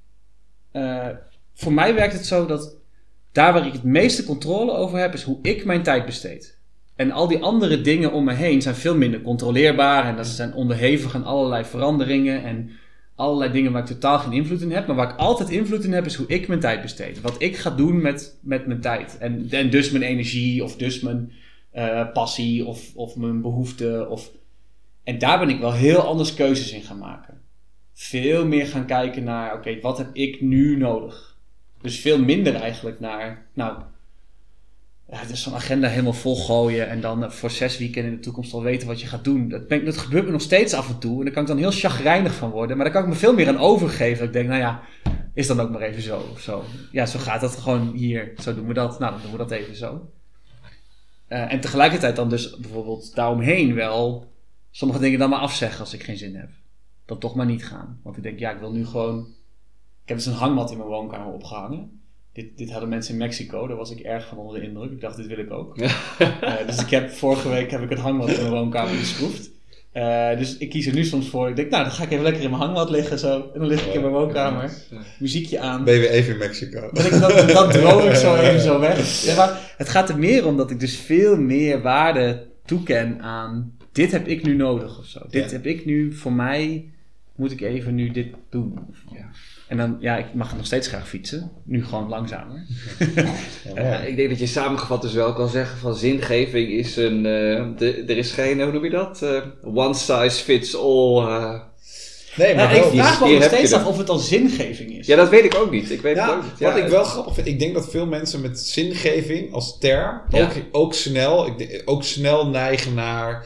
voor mij werkt het zo dat... Daar waar ik het meeste controle over heb... is hoe ik mijn tijd besteed. En al die andere dingen om me heen... zijn veel minder controleerbaar. En dat zijn onderhevig aan allerlei veranderingen. En allerlei dingen waar ik totaal geen invloed in heb. Maar waar ik altijd invloed in heb... is hoe ik mijn tijd besteed. Wat ik ga doen met mijn tijd. En dus mijn energie... of dus mijn passie... of mijn behoefte. En daar ben ik wel heel anders keuzes in gaan maken. Veel meer gaan kijken naar, wat heb ik nu nodig? Dus veel minder eigenlijk naar, dus zo'n agenda helemaal volgooien en dan voor 6 weekenden in de toekomst al weten wat je gaat doen. Dat gebeurt me nog steeds af en toe en daar kan ik dan heel chagrijnig van worden, maar daar kan ik me veel meer aan overgeven. Dat ik denk, is dan ook maar even zo of zo. Ja, zo gaat dat gewoon hier, zo doen we dat, dan doen we dat even zo. En tegelijkertijd dan dus bijvoorbeeld daaromheen wel sommige dingen dan maar afzeggen als ik geen zin heb. Dan toch maar niet gaan. Want ik denk, ik wil nu gewoon... Ik heb dus een hangmat in mijn woonkamer opgehangen. Dit hadden mensen in Mexico. Daar was ik erg van onder de indruk. Ik dacht, dit wil ik ook. Dus vorige week heb ik het hangmat in mijn woonkamer geschroefd. Dus ik kies er nu soms voor. Ik denk, dan ga ik even lekker in mijn hangmat liggen zo. En dan lig ik in mijn woonkamer. Muziekje aan. Ben je weer even in Mexico. Dan droom ik zo even zo weg. Ja, maar het gaat er meer om dat ik dus veel meer waarde toeken aan... Dit heb ik nu nodig of zo. Dit heb ik nu voor mij... Moet ik even nu dit doen? Ja. En dan, ik mag nog steeds graag fietsen. Nu gewoon langzamer. Ik denk dat je samengevat dus wel kan zeggen van zingeving is een... er is geen, hoe noem je dat? One size fits all... Nee, maar ik vraag me nog steeds af of het dan zingeving is. Ja, dat weet ik ook niet. Ik weet het ook niet. Wat ik wel grappig vind, ik denk dat veel mensen met zingeving als term ook snel neigen naar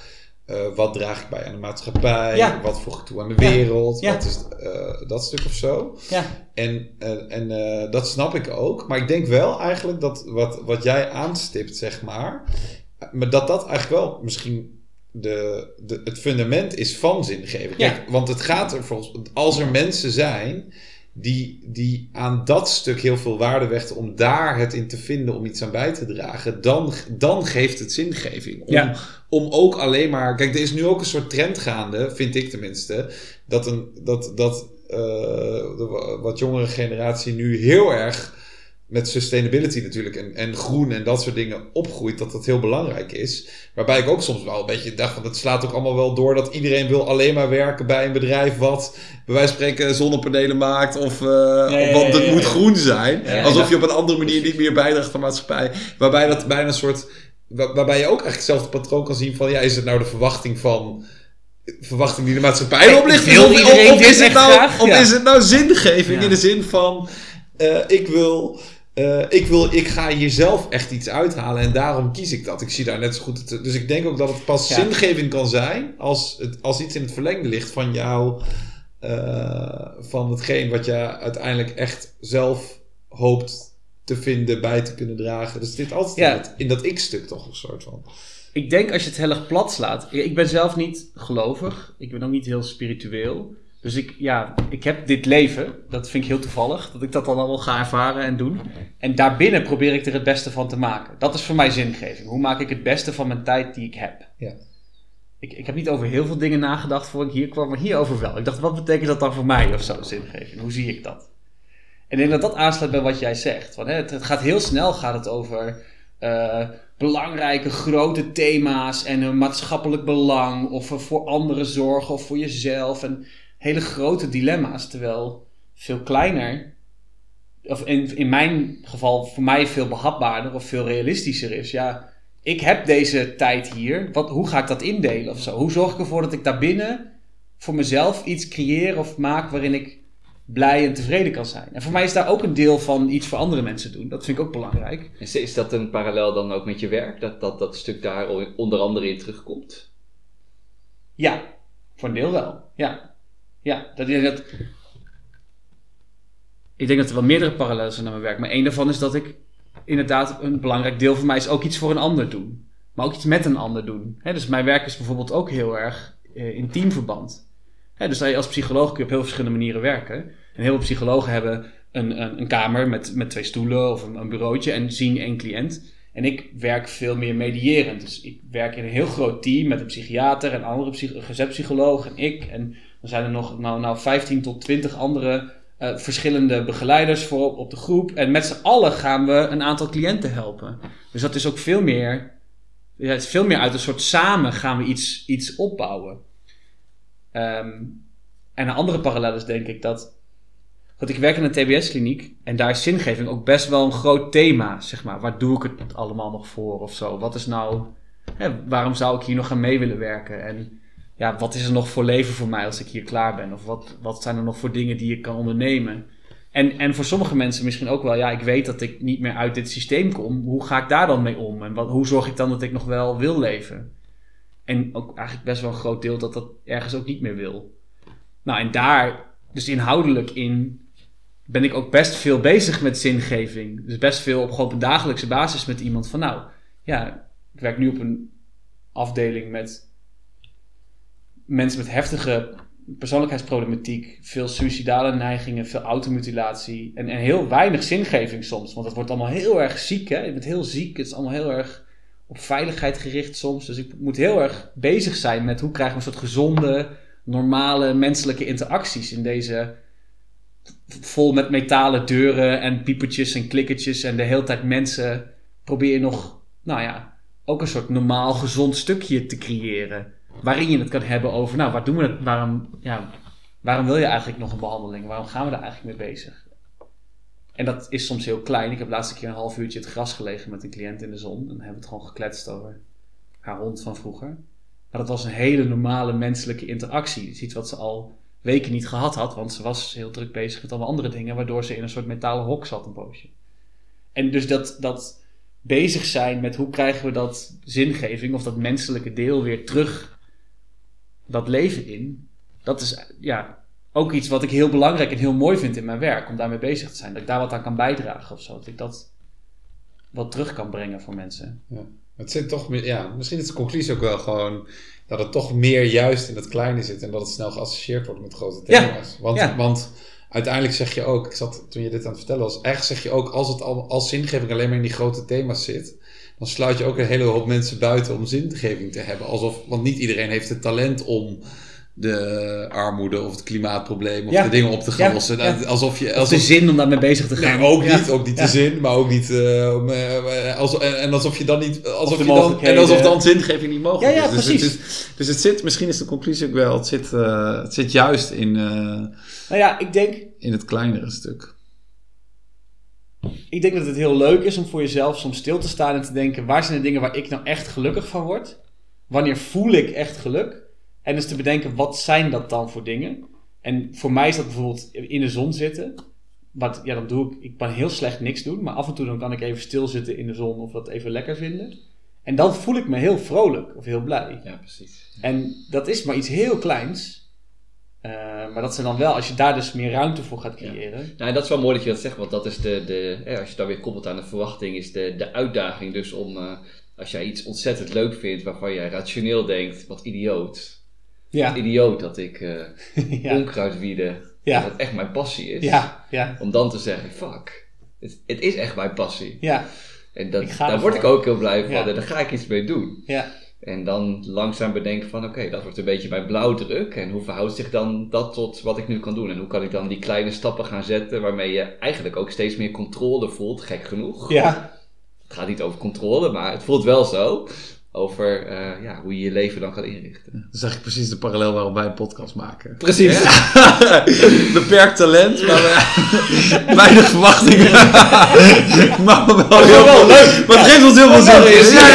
wat draag ik bij aan de maatschappij? Wat voeg ik toe aan de wereld? Wat is dat stuk of zo? Ja. En dat snap ik ook. Maar ik denk wel eigenlijk dat wat jij aanstipt, zeg maar dat eigenlijk wel misschien het fundament is van zingeving. Ja. Kijk, want het gaat er volgens, als er mensen zijn die aan dat stuk heel veel waarde hechten om daar het in te vinden, om iets aan bij te dragen, dan geeft het zingeving. Om ook alleen maar... Kijk, er is nu ook een soort trend gaande, vind ik tenminste, dat de wat jongere generatie nu heel erg met sustainability natuurlijk en groen en dat soort dingen opgroeit, dat heel belangrijk is. Waarbij ik ook soms wel een beetje dacht van het slaat ook allemaal wel door dat iedereen wil alleen maar werken bij een bedrijf wat bij wijze van spreken zonnepanelen maakt want het moet groen zijn. Alsof je op een andere manier niet meer bijdraagt aan de maatschappij. Waarbij dat bijna een soort... Waarbij je ook eigenlijk hetzelfde patroon kan zien van is het nou de verwachting die de maatschappij oplicht? Of is het nou zingeving in de zin van ik ga hier zelf echt iets uithalen en daarom kies ik dat. Ik zie daar net zo goed... Dus ik denk ook dat het pas zingeving kan zijn als iets in het verlengde ligt van jou, van hetgeen wat je uiteindelijk echt zelf hoopt te vinden, bij te kunnen dragen. Dus dit altijd in dat ik-stuk toch een soort van... Ik denk als je het heel erg plat slaat... Ik ben zelf niet gelovig. Ik ben ook niet heel spiritueel. Dus ik heb dit leven. Dat vind ik heel toevallig. Dat ik dat dan allemaal ga ervaren en doen. En daarbinnen probeer ik er het beste van te maken. Dat is voor mij zingeving. Hoe maak ik het beste van mijn tijd die ik heb? Ja. Ik heb niet over heel veel dingen nagedacht voor ik hier kwam. Maar hierover wel. Ik dacht, wat betekent dat dan voor mij of zo, zingeving? Hoe zie ik dat? En ik denk dat aansluit bij wat jij zegt. Want, het gaat heel snel over belangrijke grote thema's en een maatschappelijk belang of voor anderen zorgen of voor jezelf en hele grote dilemma's. Terwijl veel kleiner, of in mijn geval voor mij veel behapbaarder of veel realistischer is. Ja, ik heb deze tijd hier. Hoe ga ik dat indelen of zo? Hoe zorg ik ervoor dat ik daarbinnen voor mezelf iets creëer of maak waarin ik blij en tevreden kan zijn. En voor mij is daar ook een deel van iets voor andere mensen doen. Dat vind ik ook belangrijk. Is dat een parallel dan ook met je werk? Dat stuk daar onder andere in terugkomt? Ja, voor een deel wel. Ja, ik denk dat er wel meerdere parallellen zijn naar mijn werk. Maar één daarvan is dat ik inderdaad, een belangrijk deel van mij is ook iets voor een ander doen. Maar ook iets met een ander doen. Dus mijn werk is bijvoorbeeld ook heel erg in teamverband. Dus als psycholoog kun je op heel verschillende manieren werken. En heel veel psychologen hebben een kamer met 2 stoelen of een bureautje en zien 1 cliënt. En ik werk veel meer mediërend. Dus ik werk in een heel groot team met een psychiater en andere gezetpsycholoog en ik. En dan zijn er nog 15 tot 20 andere verschillende begeleiders voor op de groep. En met z'n allen gaan we een aantal cliënten helpen. Dus dat is ook veel meer... het is veel meer uit een soort samen gaan we iets opbouwen. En een andere parallel is denk ik dat ik werk in een TBS-kliniek en daar is zingeving ook best wel een groot thema, zeg maar. Waar doe ik het allemaal nog voor of zo? Wat is nou... waarom zou ik hier nog aan mee willen werken? En wat is er nog voor leven voor mij als ik hier klaar ben? Of wat zijn er nog voor dingen die ik kan ondernemen? En voor sommige mensen misschien ook wel, ik weet dat ik niet meer uit dit systeem kom. Hoe ga ik daar dan mee om? En hoe zorg ik dan dat ik nog wel wil leven? En ook eigenlijk best wel een groot deel dat ergens ook niet meer wil. Nou, en daar, dus inhoudelijk ben ik ook best veel bezig met zingeving. Dus best veel op een dagelijkse basis met iemand van, ik werk nu op een afdeling met mensen met heftige persoonlijkheidsproblematiek, veel suïcidale neigingen, veel automutilatie en heel weinig zingeving soms. Want het wordt allemaal heel erg ziek, hè? Je bent heel ziek, het is allemaal heel erg op veiligheid gericht soms. Dus ik moet heel erg bezig zijn met hoe krijgen we een soort gezonde, normale menselijke interacties in deze vol met metalen deuren en piepertjes en klikkertjes en de hele tijd mensen probeer je nog, ook een soort normaal gezond stukje te creëren. Waarin je het kan hebben over, waar doen we het, waarom wil je eigenlijk nog een behandeling? Waarom gaan we daar eigenlijk mee bezig? En dat is soms heel klein. Ik heb de laatste keer een half uurtje in het gras gelegen met een cliënt in de zon. En dan hebben we het gewoon gekletst over haar hond van vroeger. Maar dat was een hele normale menselijke interactie. Het is iets wat ze al weken niet gehad had, want ze was heel druk bezig met allemaal andere dingen, waardoor ze in een soort metalen hok zat een poosje. En dus dat bezig zijn met hoe krijgen we dat zingeving of dat menselijke deel weer terug dat leven in. Dat is ook iets wat ik heel belangrijk en heel mooi vind in mijn werk. Om daarmee bezig te zijn. Dat ik daar wat aan kan bijdragen of zo. Dat ik dat wat terug kan brengen voor mensen. Ja. Het zit toch meer, misschien is de conclusie ook wel gewoon dat het toch meer juist in het kleine zit. En dat het snel geassocieerd wordt met grote thema's. Want uiteindelijk zeg je ook, toen je dit aan het vertellen was, eigenlijk zeg je ook, als zingeving alleen maar in die grote thema's zit, dan sluit je ook een hele hoop mensen buiten om zingeving te hebben. Want niet iedereen heeft het talent om de armoede of het klimaatprobleem of de dingen op te gaan lossen. Alsof de zin om daarmee bezig te gaan. Nee, ook niet de zin, maar ook niet alsof je dan niet alsof dan zingeving niet mogelijk is. Ja, precies. Dus het zit, misschien is de conclusie ook wel, het zit juist in ik denk in het kleinere stuk. Ik denk dat het heel leuk is om voor jezelf soms stil te staan en te denken, waar zijn de dingen waar ik nou echt gelukkig van word? Wanneer voel ik echt geluk? En dus te bedenken, wat zijn dat dan voor dingen? En voor mij is dat bijvoorbeeld in de zon zitten. Dan doe ik kan heel slecht niks doen, maar af en toe dan kan ik even stilzitten in de zon of dat even lekker vinden. En dan voel ik me heel vrolijk of heel blij. Ja, precies. En dat is maar iets heel kleins. Maar dat zijn dan wel, als je daar dus meer ruimte voor gaat creëren. Ja. Nou, dat is wel mooi dat je dat zegt, want dat is als je het dan weer koppelt aan de verwachting, is de uitdaging dus om, als jij iets ontzettend leuk vindt, waarvan jij rationeel denkt, wat idioot. Ja. Wat idioot dat ik onkruid wieden, dat het echt mijn passie is. Ja. Om dan te zeggen, fuck, het is echt mijn passie. Ja. En daar word ik ook heel blij van en daar ga ik iets mee doen. Ja. En dan langzaam bedenken van oké, dat wordt een beetje mijn blauwdruk. En hoe verhoudt zich dan dat tot wat ik nu kan doen? En hoe kan ik dan die kleine stappen gaan zetten waarmee je eigenlijk ook steeds meer controle voelt, gek genoeg. Ja. Het gaat niet over controle, maar het voelt wel zo. Over hoe je je leven dan kan inrichten. Dat is eigenlijk precies de parallel waarop wij een podcast maken. Precies. Beperkt talent, maar weinig verwachtingen. Maar wel leuk. Maar het geeft ons heel veel zin.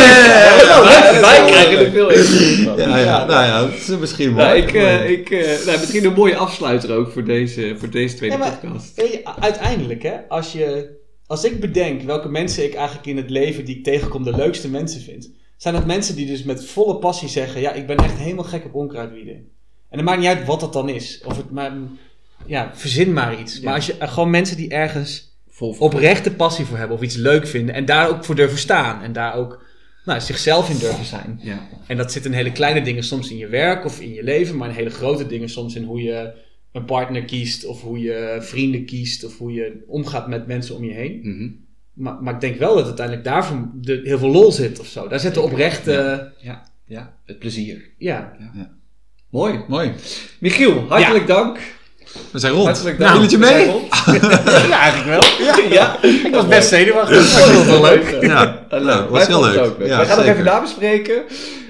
Wij krijgen er veel in. Dat is misschien mooi. Misschien een mooie afsluiter ook voor deze tweede podcast. Uiteindelijk, hè, als ik bedenk welke mensen ik eigenlijk in het leven die ik tegenkom de leukste mensen vind, zijn dat mensen die dus met volle passie zeggen, ik ben echt helemaal gek op onkruidwieden. En het maakt niet uit wat dat dan is. Of het maar, verzin maar iets. Ja. Maar als je gewoon mensen die ergens oprechte passie voor hebben of iets leuk vinden en daar ook voor durven staan en daar ook zichzelf in durven zijn. Ja. En dat zit in hele kleine dingen soms in je werk of in je leven, maar in hele grote dingen soms in hoe je een partner kiest of hoe je vrienden kiest of hoe je omgaat met mensen om je heen. Mm-hmm. Maar ik denk wel dat uiteindelijk daarvoor heel veel lol zit of zo. Daar zit de oprechte... Ja, het plezier. Ja. Mooi. Michiel, hartelijk dank. We zijn rond. Hartelijk dank. Wil je mee? Ja, eigenlijk wel. Ja. Ik was best zenuwachtig. Dat was wel leuk. Ja, dat was heel leuk. We gaan nog even nabespreken.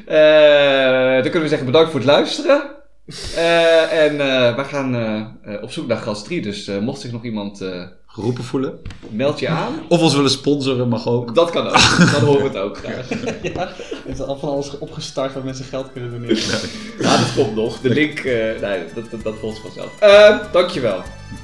Dan kunnen we zeggen bedankt voor het luisteren. We gaan op zoek naar gast 3. Dus mocht zich nog iemand geroepen voelen, meld je aan. Of ons willen sponsoren, mag ook. Dat kan ook. Dan horen we het ook graag. Er is al van alles opgestart waar mensen geld kunnen doneren. Ja, dat komt nog. De link, dat volgt vanzelf. Dankjewel.